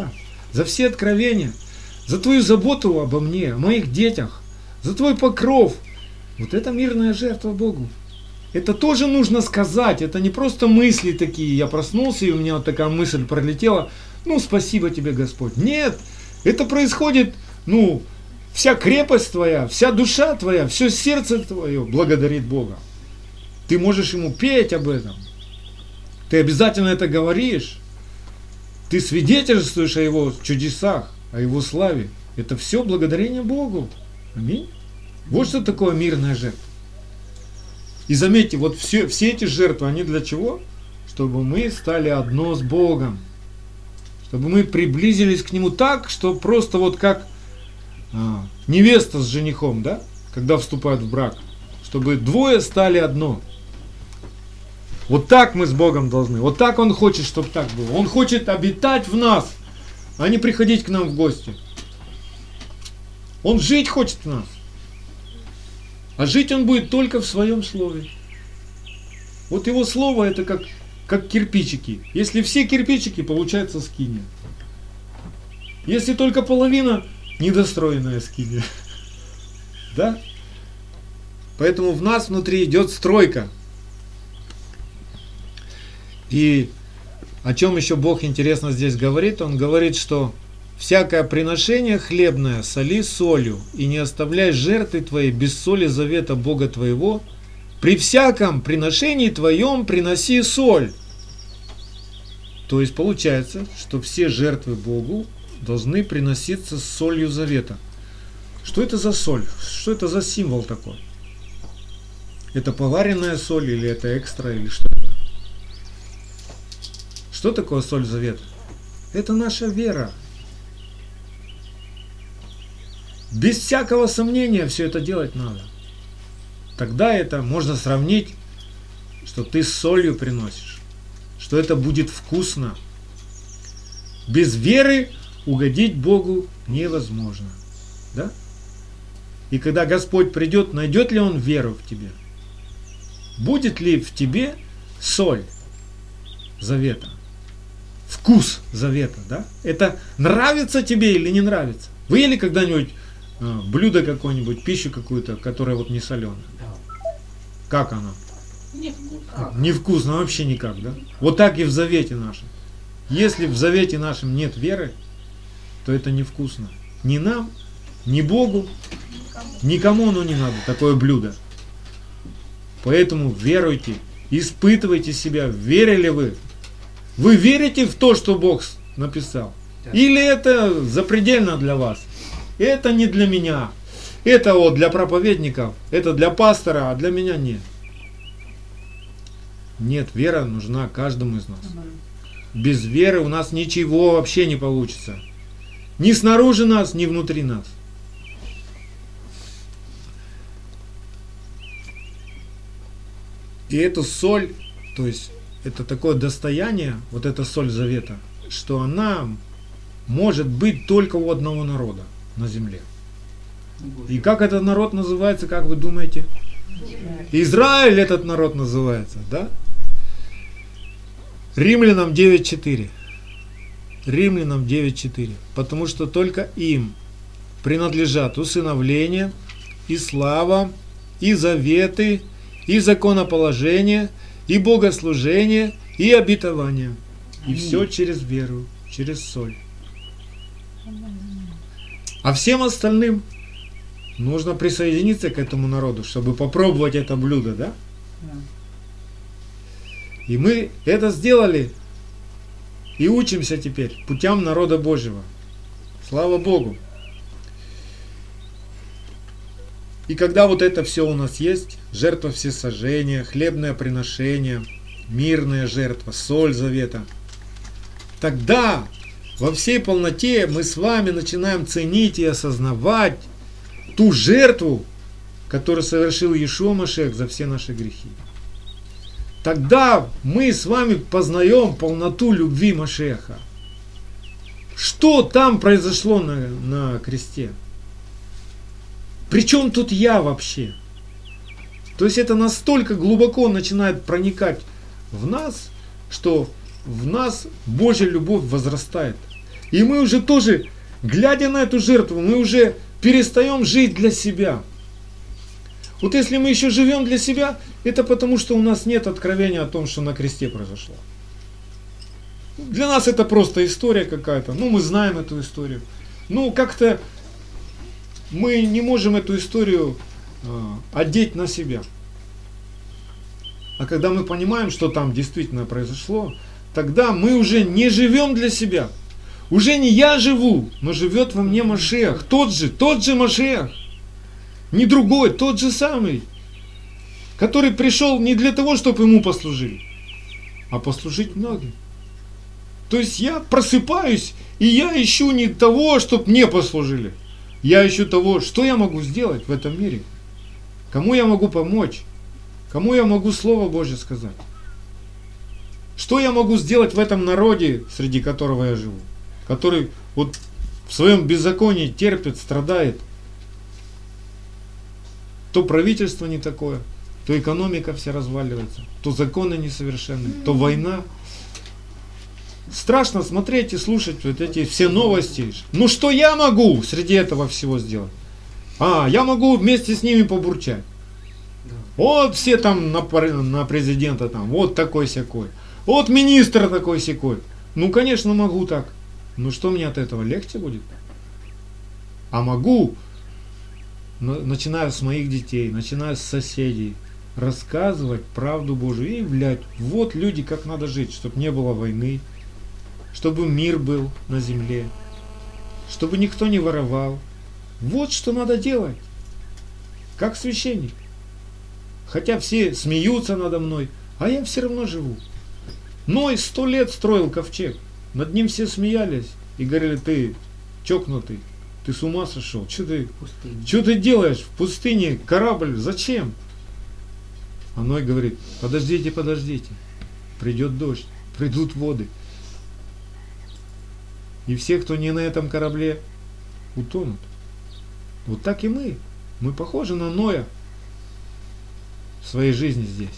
S1: за все откровения, за Твою заботу обо мне, о моих детях, за Твой покров. Вот это мирная жертва Богу. Это тоже нужно сказать, это не просто мысли такие, я проснулся и у меня вот такая мысль пролетела, ну спасибо Тебе, Господь. Нет, это происходит, вся крепость Твоя, вся душа Твоя, все сердце Твое благодарит Бога. Ты можешь Ему петь об этом. Ты обязательно это говоришь. Ты свидетельствуешь о Его чудесах, о Его славе. Это все благодарение Богу. Аминь. Вот что такое мирная жертва. И заметьте, вот все эти жертвы, они для чего? Чтобы мы стали одно с Богом. Чтобы мы приблизились к Нему так, что просто вот как невеста с женихом, да? Когда вступают в брак. Чтобы двое стали одно. Вот так мы с Богом должны. Вот так Он хочет, чтобы так было. Он хочет обитать в нас, а не приходить к нам в гости. Он жить хочет в нас. А жить Он будет только в Своем Слове. Вот Его Слово это как кирпичики. Если все кирпичики, получается скиния. Если только половина, недостроенная скиния. Да? Поэтому в нас внутри идет стройка. И о чем еще Бог интересно здесь говорит? Он говорит, что всякое приношение хлебное соли солью, и не оставляй жертвы твоей без соли завета Бога твоего. При всяком приношении твоем приноси соль. То есть получается, что все жертвы Богу должны приноситься с солью завета. Что это за соль? Что это за символ такой? Это поваренная соль или это экстра или что это? Что такое соль завета? Это наша вера. Без всякого сомнения все это делать надо. Тогда это можно сравнить, что ты с солью приносишь, что это будет вкусно. Без веры угодить Богу невозможно. Да? И когда Господь придет, найдет ли Он веру в тебе? Будет ли в тебе соль завета? Вкус завета, да? Это нравится тебе или не нравится? Вы ели когда-нибудь блюдо какое-нибудь, пищу какую-то, которая вот не соленая? Как она? Невкусно вообще никак, да? Вот так и в завете нашем. Если в завете нашем нет веры, то это невкусно. Ни нам, ни Богу, никому оно не надо, такое блюдо. Поэтому веруйте, испытывайте себя, верили вы. Вы верите в то, что Бог написал? Или это запредельно для вас? Это не для меня. Это вот для проповедников, это для пастора, а для меня нет. Нет, вера нужна каждому из нас. Без веры у нас ничего вообще не получится. Ни снаружи нас, ни внутри нас. И эту соль, то есть это такое достояние, вот эта соль завета, что она может быть только у одного народа на земле. И как этот народ называется, как вы думаете? Израиль этот народ называется, да? Римлянам 9:4. Римлянам 9:4. Потому что только им принадлежат усыновление, и слава, и заветы, и законоположение, и богослужение, и обетование. И все через веру, через соль. А всем остальным нужно присоединиться к этому народу, чтобы попробовать это блюдо, да? И мы это сделали и учимся теперь путям народа Божьего. Слава Богу! И когда вот это все у нас есть, жертва всесожжения, хлебное приношение, мирная жертва, соль завета, тогда во всей полноте мы с вами начинаем ценить и осознавать ту жертву, которую совершил Иешуа Машиах за все наши грехи. Тогда мы с вами познаем полноту любви Машиаха. Что там произошло на кресте? Причем тут я вообще? То есть это настолько глубоко начинает проникать в нас, что в нас Божья любовь возрастает. И мы уже тоже, глядя на эту жертву, мы уже перестаем жить для себя. Вот если мы еще живем для себя, это потому, что у нас нет откровения о том, что на кресте произошло. Для нас это просто история какая-то. Ну, мы знаем эту историю. Ну, как-то мы не можем эту историю одеть на себя. А когда мы понимаем, что там действительно произошло, тогда мы уже не живем для себя. Уже не я живу, но живет во мне Машиах. Тот же Машиах. Не другой, тот же самый. Который пришел не для того, чтобы ему послужили, а послужить многим. То есть я просыпаюсь, и я ищу не того, чтобы мне послужили. Я ищу того, что я могу сделать в этом мире. Кому я могу помочь. Кому я могу Слово Божье сказать. Что я могу сделать в этом народе, среди которого я живу. Который вот в своем беззаконии терпит, страдает. То правительство не такое, то экономика вся разваливается, то законы несовершенны, то война. Страшно смотреть и слушать вот эти все новости. Ну что я могу среди этого всего сделать? Я могу вместе с ними побурчать. Вот все там на президента там, вот такой-сякой. Вот министр такой-сякой. Ну конечно могу так. Но что мне от этого легче будет? А могу, начиная с моих детей, начиная с соседей, рассказывать правду Божию и являть. Вот люди, как надо жить, чтобы не было войны, чтобы мир был на земле, чтобы никто не воровал. Вот что надо делать, как священник. Хотя все смеются надо мной, а я все равно живу. Ной 100 лет строил ковчег, над ним все смеялись и говорили: ты чокнутый, ты с ума сошел, что ты делаешь в пустыне, корабль, зачем? А Ной говорит: подождите, придет дождь, придут воды. И все, кто не на этом корабле, утонут. Вот так и мы. Мы похожи на Ноя в своей жизни здесь.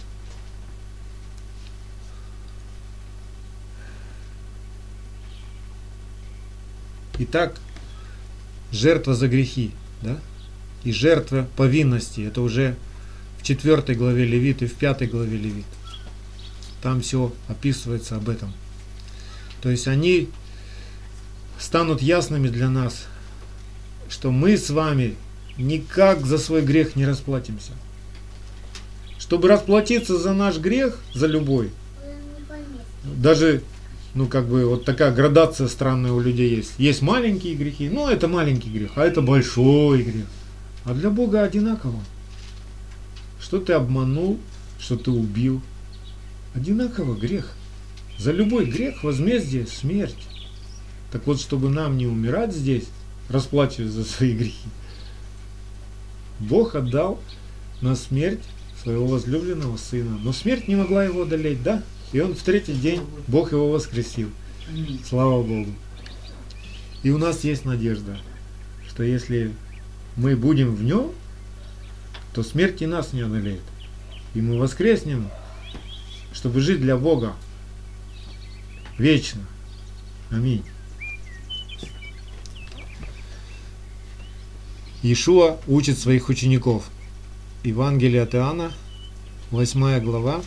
S1: Итак, жертва за грехи, да? И жертва повинности. Это уже в 4 главе Левит и в 5 главе Левит. Там все описывается об этом. То есть они станут ясными для нас, что мы с вами никак за свой грех не расплатимся. Чтобы расплатиться за наш грех, за любой, даже, вот такая градация странная у людей есть. Есть маленькие грехи, это маленький грех, а это большой грех. А для Бога одинаково. Что ты обманул, что ты убил, одинаково грех. За любой грех возмездие смерть. Так вот, чтобы нам не умирать здесь, расплачиваясь за свои грехи, Бог отдал на смерть своего возлюбленного Сына. Но смерть не могла его одолеть, да? И он в 3-й день, Бог его воскресил. Слава Богу. И у нас есть надежда, что если мы будем в нем, то смерть и нас не одолеет. И мы воскреснем, чтобы жить для Бога вечно. Аминь. Иешуа учит своих учеников. Евангелие от Иоанна, 8 глава,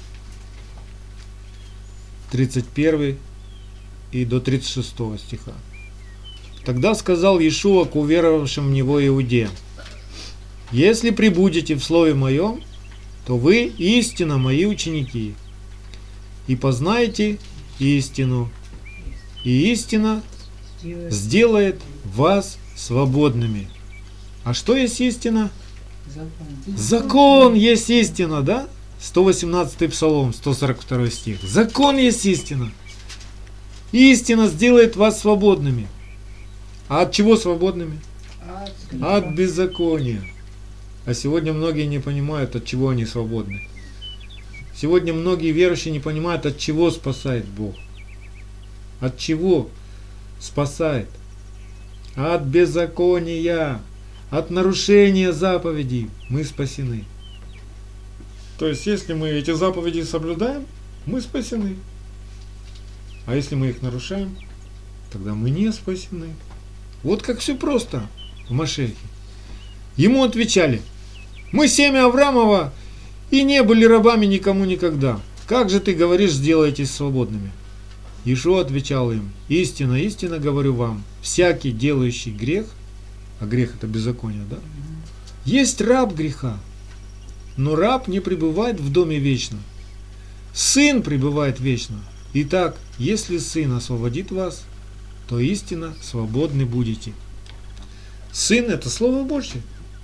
S1: 31 и до 36 стиха. Тогда сказал Иешуа к уверовавшим в Него иудеям: если пребудете в Слове Моем, то вы истинно Мои ученики, и познаете истину, и истина сделает вас свободными. А что есть истина? Закон есть истина, да? 118 Псалом, 142 стих. Закон есть истина. Истина сделает вас свободными. А от чего свободными? От беззакония. А сегодня многие не понимают, от чего они свободны. Сегодня многие верующие не понимают, от чего спасает Бог. От чего спасает? От беззакония. От нарушения заповедей мы спасены. То есть, если мы эти заповеди соблюдаем, мы спасены. А если мы их нарушаем, тогда мы не спасены. Вот как все просто в Машехе. Ему отвечали: мы семя Авраамова и не были рабами никому никогда. Как же ты говоришь, сделайтесь свободными? Иешуа отвечал им: истинно, истинно говорю вам, всякий делающий грех, а грех это беззаконие, да? Есть раб греха, но раб не пребывает в доме вечно. Сын пребывает вечно. Итак, если Сын освободит вас, то истинно свободны будете. Сын это Слово Божье.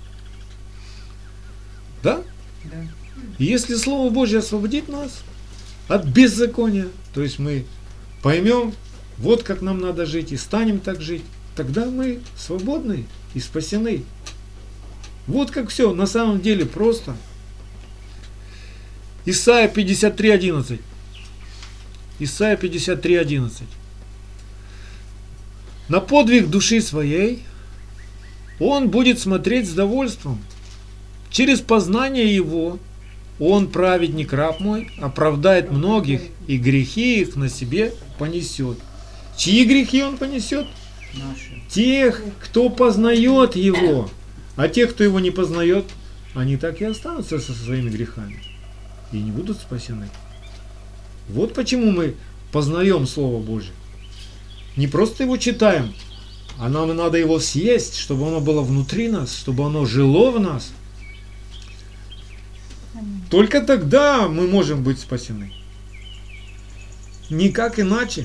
S1: Да?
S3: Да.
S1: И если Слово Божье освободит нас от беззакония, то есть мы поймем, вот как нам надо жить, и станем так жить, тогда мы свободны и спасены. Вот как все на самом деле просто. Исайя 53:11. Исайя 53:11. На подвиг души своей он будет смотреть с довольством. Через познание его он, праведник раб мой, оправдает многих, и грехи их на себе понесет. Чьи грехи он понесет?
S2: Наши.
S1: Тех, кто познает его. А тех, кто его не познает, они так и останутся со своими грехами и не будут спасены. Вот почему мы познаем Слово Божие. Не просто его читаем, а нам надо его съесть, чтобы оно было внутри нас, чтобы оно жило в нас. Только тогда мы можем быть спасены. Никак иначе.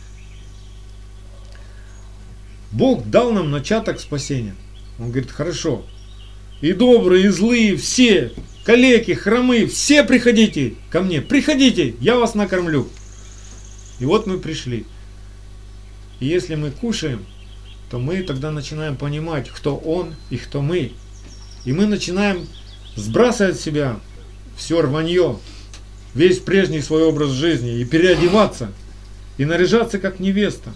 S1: Бог дал нам начаток спасения. Он говорит: хорошо, и добрые, и злые, все, калеки, хромые, все приходите ко мне, приходите, я вас накормлю. И вот мы пришли. И если мы кушаем, то мы тогда начинаем понимать, кто Он и кто мы. И мы начинаем сбрасывать с себя все рванье, весь прежний свой образ жизни, и переодеваться, и наряжаться как невеста.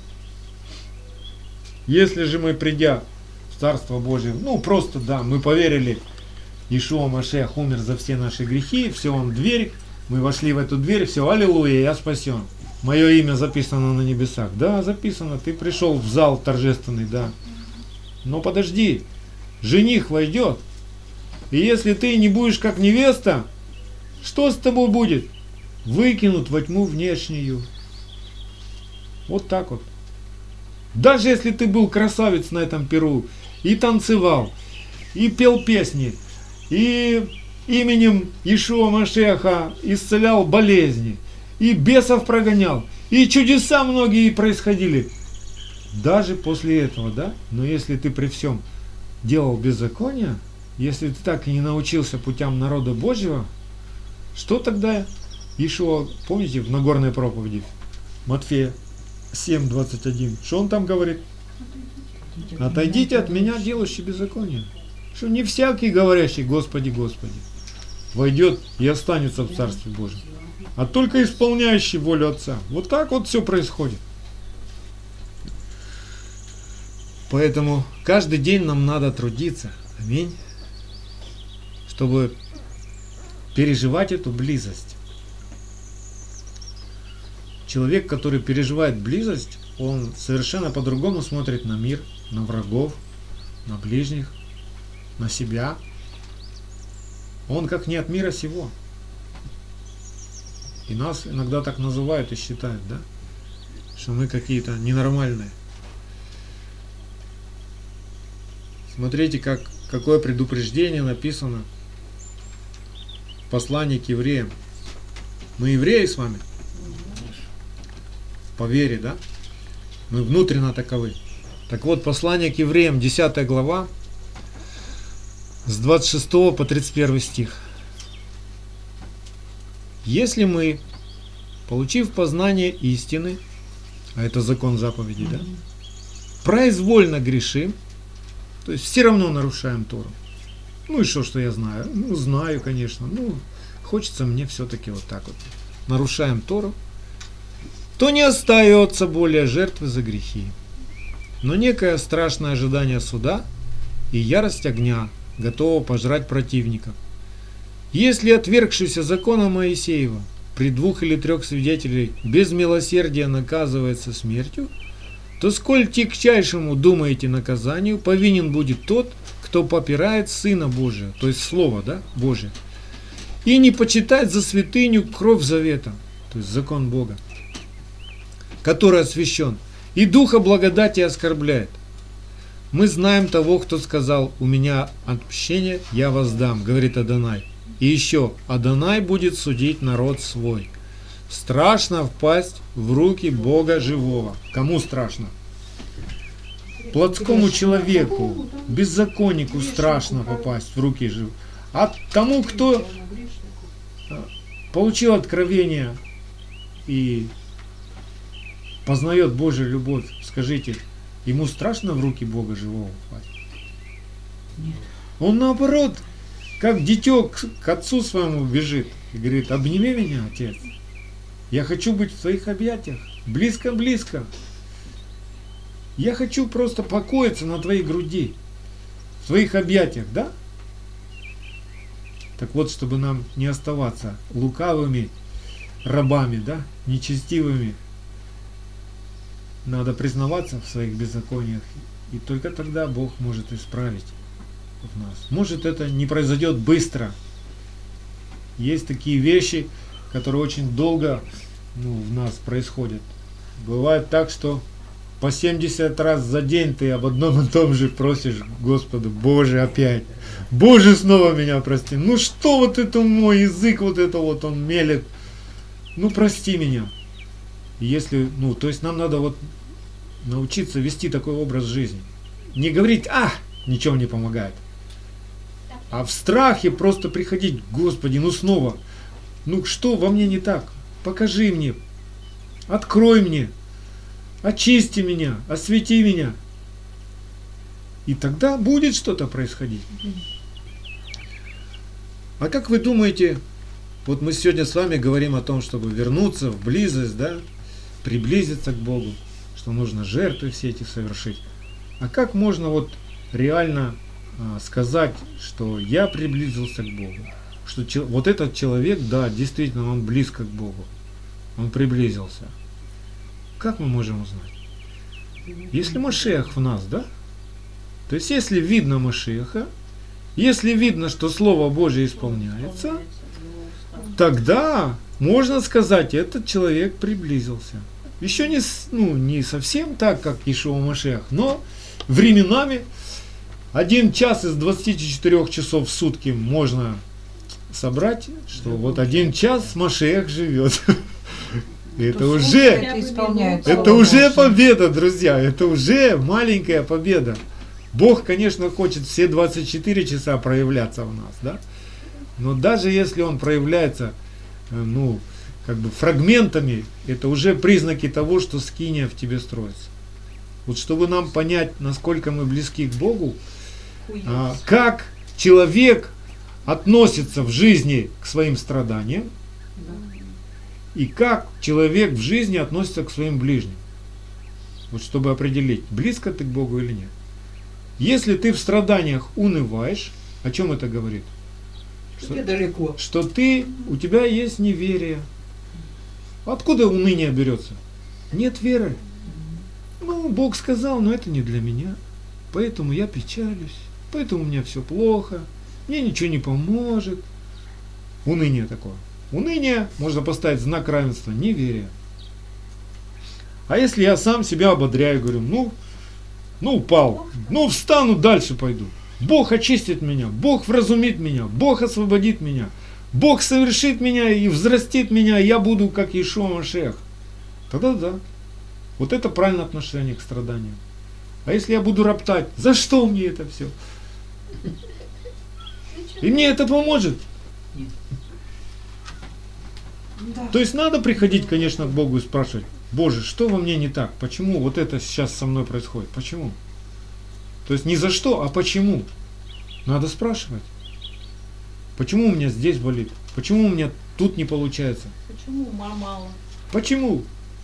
S1: Если же мы, придя в Царство Божие, просто да, мы поверили, Иешуа Машиах умер за все наши грехи, все, он дверь, мы вошли в эту дверь, все, аллилуйя, я спасен. Мое имя записано на небесах. Да, записано, ты пришел в зал торжественный, да. Но подожди, жених войдет, и если ты не будешь как невеста, что с тобой будет? Выкинут во тьму внешнюю. Вот так вот. Даже если ты был красавец на этом перу, и танцевал, и пел песни, и именем Иешуа Машиаха исцелял болезни, и бесов прогонял, и чудеса многие происходили. Даже после этого, да? Но если ты при всем делал беззаконие, если ты так и не научился путям народа Божьего, что тогда Иешуа, помните, в Нагорной проповеди, Матфея 7:21, что он там говорит? Отойдите от меня, делающие беззаконие. Что не всякий, говорящий Господи, Господи, войдет и останется в Царстве Божьем, а только исполняющий волю Отца. Вот так вот все происходит. Поэтому каждый день нам надо трудиться, аминь, чтобы переживать эту близость. Человек, который переживает близость, он совершенно по-другому смотрит на мир, на врагов, на ближних, на себя. Он как не от мира сего. И нас иногда так называют и считают, да? Что мы какие-то ненормальные. Смотрите, какое предупреждение написано в послании к евреям. Мы евреи с вами? По вере, да? Мы внутренно таковы. Так вот, послание к евреям, 10 глава, с 26 по 31 стих. Если мы, получив познание истины, а это закон заповедей, да, произвольно грешим, то есть все равно нарушаем Тору. Ну и что я знаю? Знаю, конечно. Хочется мне все-таки вот так вот. Нарушаем Тору, то не остается более жертвы за грехи, но некое страшное ожидание суда и ярость огня, готова пожрать противников. Если отвергшийся закона Моисеева при 2 или 3 свидетелей без милосердия наказывается смертью, то сколь тягчайшему думаете наказанию, повинен будет тот, кто попирает Сына Божия, то есть Слово, да, Божие, и не почитает за святыню кровь завета, то есть закон Бога, который освящен, и Духа благодати оскорбляет. Мы знаем того, кто сказал: «У меня отмщение, я воздам», говорит Адонай. И еще: Адонай будет судить народ свой. Страшно впасть в руки Бога живого. Кому страшно? Плотскому человеку, беззаконнику страшно попасть в руки живого. А тому, кто получил откровение и познает Божью любовь, скажите, ему страшно в руки Бога живого попасть?
S2: Нет.
S1: Он наоборот, как дитё к отцу своему бежит и говорит: обними меня, отец. Я хочу быть в твоих объятиях, близко-близко. Я хочу просто покоиться на твоей груди, в твоих объятиях, да? Так вот, чтобы нам не оставаться лукавыми рабами, да, нечестивыми, надо признаваться в своих беззакониях, и только тогда Бог может исправить в нас. Может, это не произойдет быстро. Есть такие вещи, которые очень долго в нас происходят. Бывает так, что по 70 раз за день ты об одном и том же просишь Господа: Боже, опять. Боже, снова меня прости. Ну что вот это мой язык, вот это вот он мелет. Ну прости меня. Если, то есть нам надо вот научиться вести такой образ жизни. Не говорить: ничего не помогает. А в страхе просто приходить: Господи, снова. Что во мне не так? Покажи мне. Открой мне. Очисти меня. Освети меня. И тогда будет что-то происходить. А как вы думаете, вот мы сегодня с вами говорим о том, чтобы вернуться в близость, да, приблизиться к Богу, что нужно жертвы все эти совершить. А как можно вот реально сказать, что я приблизился к Богу? Что вот этот человек, да, действительно, он близко к Богу. Он приблизился. Как мы можем узнать? Если Машиах в нас, да? То есть, если видно Машиаха, если видно, что Слово Божие исполняется, тогда можно сказать, этот человек приблизился. Еще не совсем так, как Иешуа Машиах, но временами 1 час из 24 часов в сутки можно собрать, что вот 1 час Машиах живет. Это уже победа, друзья, это уже маленькая победа. Бог, конечно, хочет все 24 часа проявляться в нас, да? Но даже если Он проявляется, фрагментами, это уже признаки того, что скиния в тебе строится. Вот чтобы нам понять, насколько мы близки к Богу, как человек относится в жизни к своим страданиям, и как человек в жизни относится к своим ближним. Вот чтобы определить, близко ты к Богу или нет. Если ты в страданиях унываешь, о чем это говорит? Что у тебя есть неверие. Откуда уныние берется? Нет веры. Бог сказал, но это не для меня. Поэтому я печалюсь. Поэтому у меня все плохо. Мне ничего не поможет. Уныние такое. Уныние можно поставить знак равенства, неверия. А если я сам себя ободряю, говорю, упал, встану, дальше пойду. Бог очистит меня, Бог вразумит меня, Бог освободит меня, Бог совершит меня и взрастит меня, и я буду как Иешуа Машиах. Тогда да. Вот это правильное отношение к страданиям. А если я буду роптать, за что мне это все? И мне это поможет?
S2: Нет.
S1: То есть надо приходить, конечно, к Богу и спрашивать: Боже, что во мне не так? Почему вот это сейчас со мной происходит? Почему? То есть не за что, а почему? Надо спрашивать. Почему у меня здесь болит? Почему у меня тут не получается?
S3: Почему ума мало?
S1: Почему?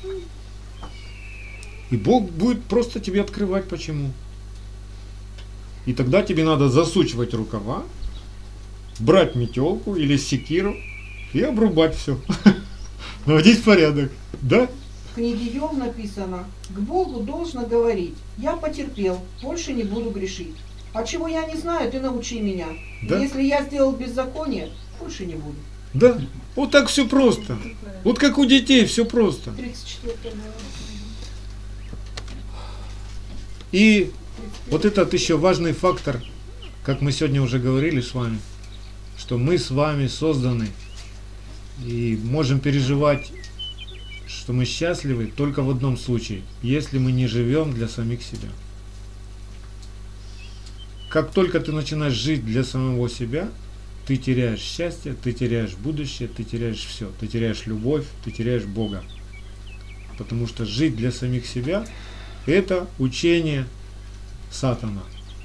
S1: И Бог будет просто тебе открывать почему. И тогда тебе надо засучивать рукава, брать метелку или секиру и обрубать все. Наводить порядок. Да?
S3: В книге Иов написано: к Богу должно говорить: я потерпел, больше не буду грешить. А чего я не знаю, ты научи меня.
S1: Да.
S3: Если я сделал беззаконие, больше не буду.
S1: Да, вот так все просто. Вот как у детей, все просто.
S3: 34 глава.
S1: И вот этот еще важный фактор, как мы сегодня уже говорили с вами, что мы с вами созданы и можем переживать, что мы счастливы только в одном случае, если мы не живем для самих себя. Как только ты начинаешь жить для самого себя, ты теряешь счастье, ты теряешь будущее, ты теряешь все. Ты теряешь любовь, ты теряешь Бога. Потому что жить для самих себя – это учение сатана.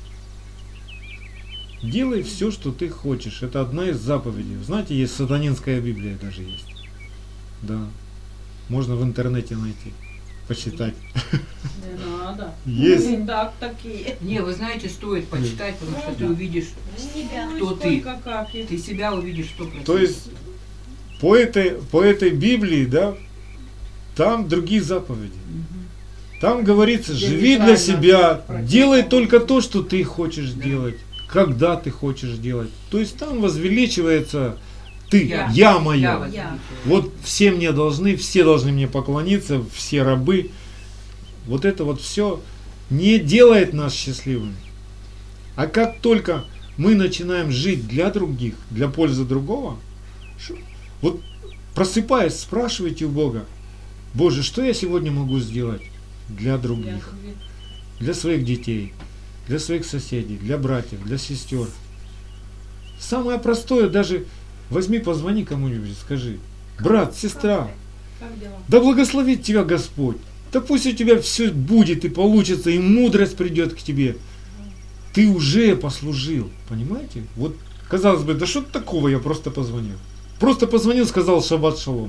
S1: Делай все, что ты хочешь. Это одна из заповедей. Знаете, есть сатанинская Библия даже есть. Да. Можно в интернете найти, почитать.
S2: Не надо.
S1: Есть.
S2: Так, такие.
S4: Не, вы знаете, стоит почитать, потому что ты увидишь, кто
S2: Ой,
S4: ты.
S2: сколько как их.
S4: Ты себя увидишь 100%.
S1: То есть по этой Библии, да, там другие заповеди. Там говорится, живи для себя, делай только то, что ты хочешь делать, когда ты хочешь делать. То есть там возвеличивается ты, я мое.
S4: возвеличиваю.
S1: Вот все мне должны, все должны мне поклониться, все рабы. Вот это вот все не делает нас счастливыми. А как только мы начинаем жить для других, для пользы другого, вот просыпаясь, спрашивайте у Бога: Боже, что я сегодня могу сделать для других, для своих детей, для своих соседей, для братьев, для сестер. Самое простое, даже возьми, позвони кому-нибудь, скажи: брат, сестра,
S2: Как дела?
S1: да благословит тебя Господь, да пусть у тебя все будет и получится, и мудрость придет к тебе. Ты уже послужил, понимаете? Вот, казалось бы, да что такого, я просто позвонил. Просто позвонил, сказал шаббат шалом.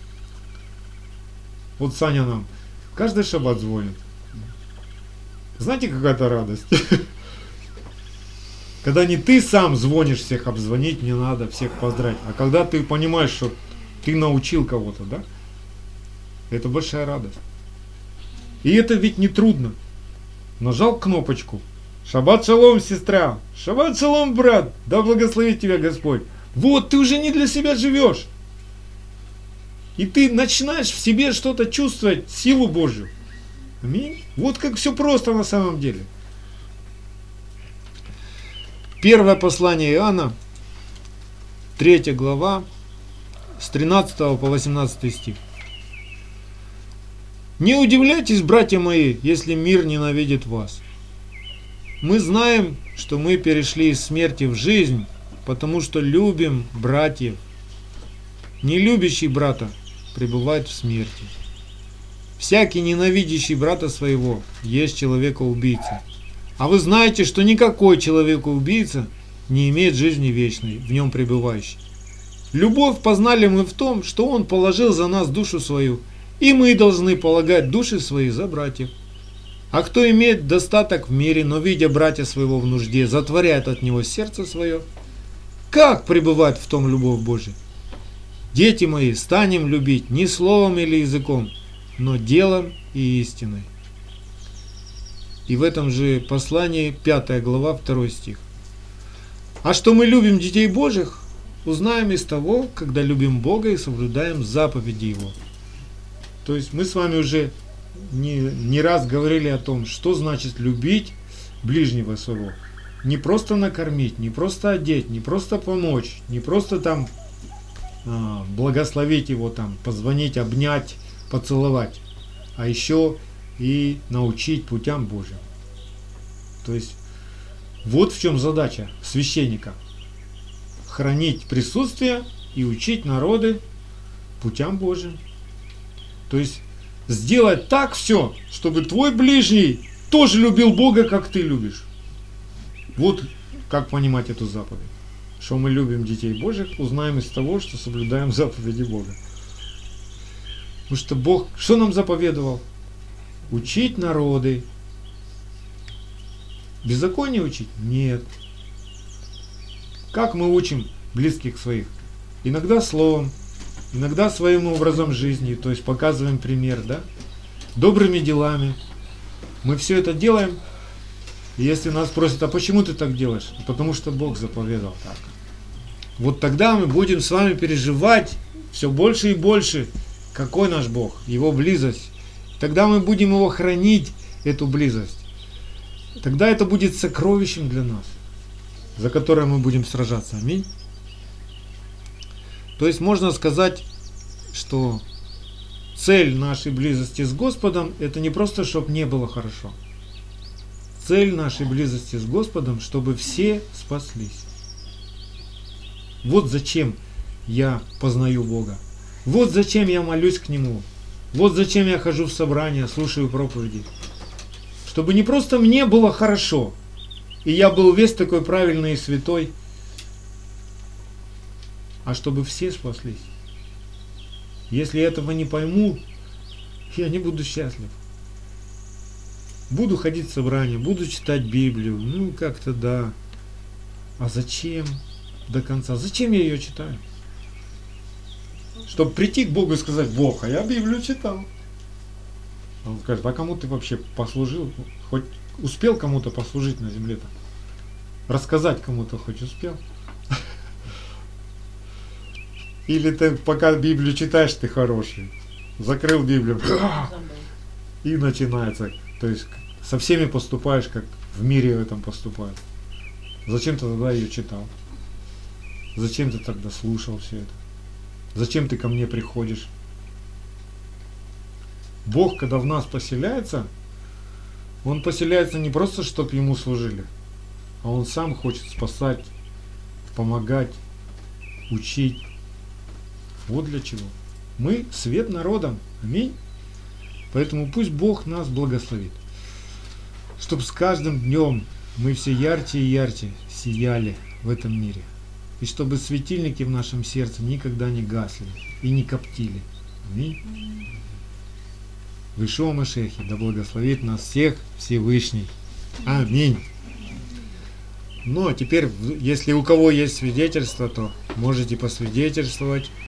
S1: Вот Саня нам каждый шаббат звонит. Знаете, какая-то радость? Когда не ты сам звонишь, всех обзвонить не надо, всех поздравить, а когда ты понимаешь, что ты научил кого-то, да? Это большая радость. И это ведь не трудно. Нажал кнопочку. Шаббат шалом, сестра. Шаббат шалом, брат. Да благословит тебя Господь. Вот, ты уже не для себя живешь. И ты начинаешь в себе что-то чувствовать, силу Божью. Аминь. Вот как все просто на самом деле. Первое послание Иоанна, 3 глава, с 13 по 18 стих. Не удивляйтесь, братья мои, если мир ненавидит вас. Мы знаем, что мы перешли из смерти в жизнь, потому что любим братьев. Не любящий брата пребывает в смерти. Всякий ненавидящий брата своего есть человека-убийца. А вы знаете, что никакой человек-убийца не имеет жизни вечной, в нем пребывающей. Любовь познали мы в том, что Он положил за нас душу свою, и мы должны полагать души свои за братьев. А кто имеет достаток в мире, но видя братья своего в нужде, затворяет от него сердце свое, как пребывает в том любовь Божия? Дети мои, станем любить не словом или языком, но делом и истиной. И в этом же послании 5 глава 2 стих. А что мы любим детей Божьих, узнаем из того, когда любим Бога и соблюдаем заповеди Его. То есть мы с вами уже не раз говорили о том, что значит любить ближнего своего. Не просто накормить, не просто одеть, не просто помочь, не просто там благословить его, там, позвонить, обнять, поцеловать, а еще и научить путям Божьим. То есть вот в чем задача священника. Хранить присутствие и учить народы путям Божьим. То есть сделать так все, чтобы твой ближний тоже любил Бога, как ты любишь. Вот как понимать эту заповедь. Что мы любим детей Божьих, узнаем из того, что соблюдаем заповеди Бога. Потому что Бог что нам заповедовал? Учить народы. Беззаконие учить? Нет. Как мы учим близких своих? Иногда словом, иногда своим образом жизни, то есть показываем пример, да? Добрыми делами. Мы все это делаем. И если нас спросят, а почему ты так делаешь? Потому что Бог заповедал так. Вот тогда мы будем с вами переживать все больше и больше, какой наш Бог, Его близость. Тогда мы будем Его хранить, эту близость. Тогда это будет сокровищем для нас, за которое мы будем сражаться. Аминь. То есть можно сказать, что цель нашей близости с Господом – это не просто, чтобы не было хорошо. Цель нашей близости с Господом, чтобы все спаслись. Вот зачем я познаю Бога. Вот зачем я молюсь к Нему. Вот зачем я хожу в собрания, слушаю проповеди. Чтобы не просто мне было хорошо, и я был весь такой правильный и святой, а чтобы все спаслись. Если я этого не пойму, я не буду счастлив. Буду ходить в собрания, буду читать Библию, ну как-то да. А зачем до конца? Зачем я ее читаю? Чтобы прийти к Богу и сказать: Бог, а я Библию читал. Он скажет: а кому ты вообще послужил? Хоть успел кому-то послужить на земле-то? Рассказать кому-то хоть успел? Или ты пока Библию читаешь, ты хороший. Закрыл Библию и начинается. То есть со всеми поступаешь, как в мире в этом поступают. Зачем ты тогда ее читал? Зачем ты тогда слушал все это? Зачем ты ко мне приходишь? Бог, когда в нас поселяется, Он поселяется не просто, чтобы Ему служили, а Он сам хочет спасать, помогать, учить. Вот для чего. Мы свет народам. Аминь. Поэтому пусть Бог нас благословит. Чтобы с каждым днем мы все ярче и ярче сияли в этом мире. И чтобы светильники в нашем сердце никогда не гасли и не коптили. Аминь. В Иешуа Машехе да благословит нас всех Всевышний. Аминь. Ну а теперь, если у кого есть свидетельство, то можете посвидетельствовать.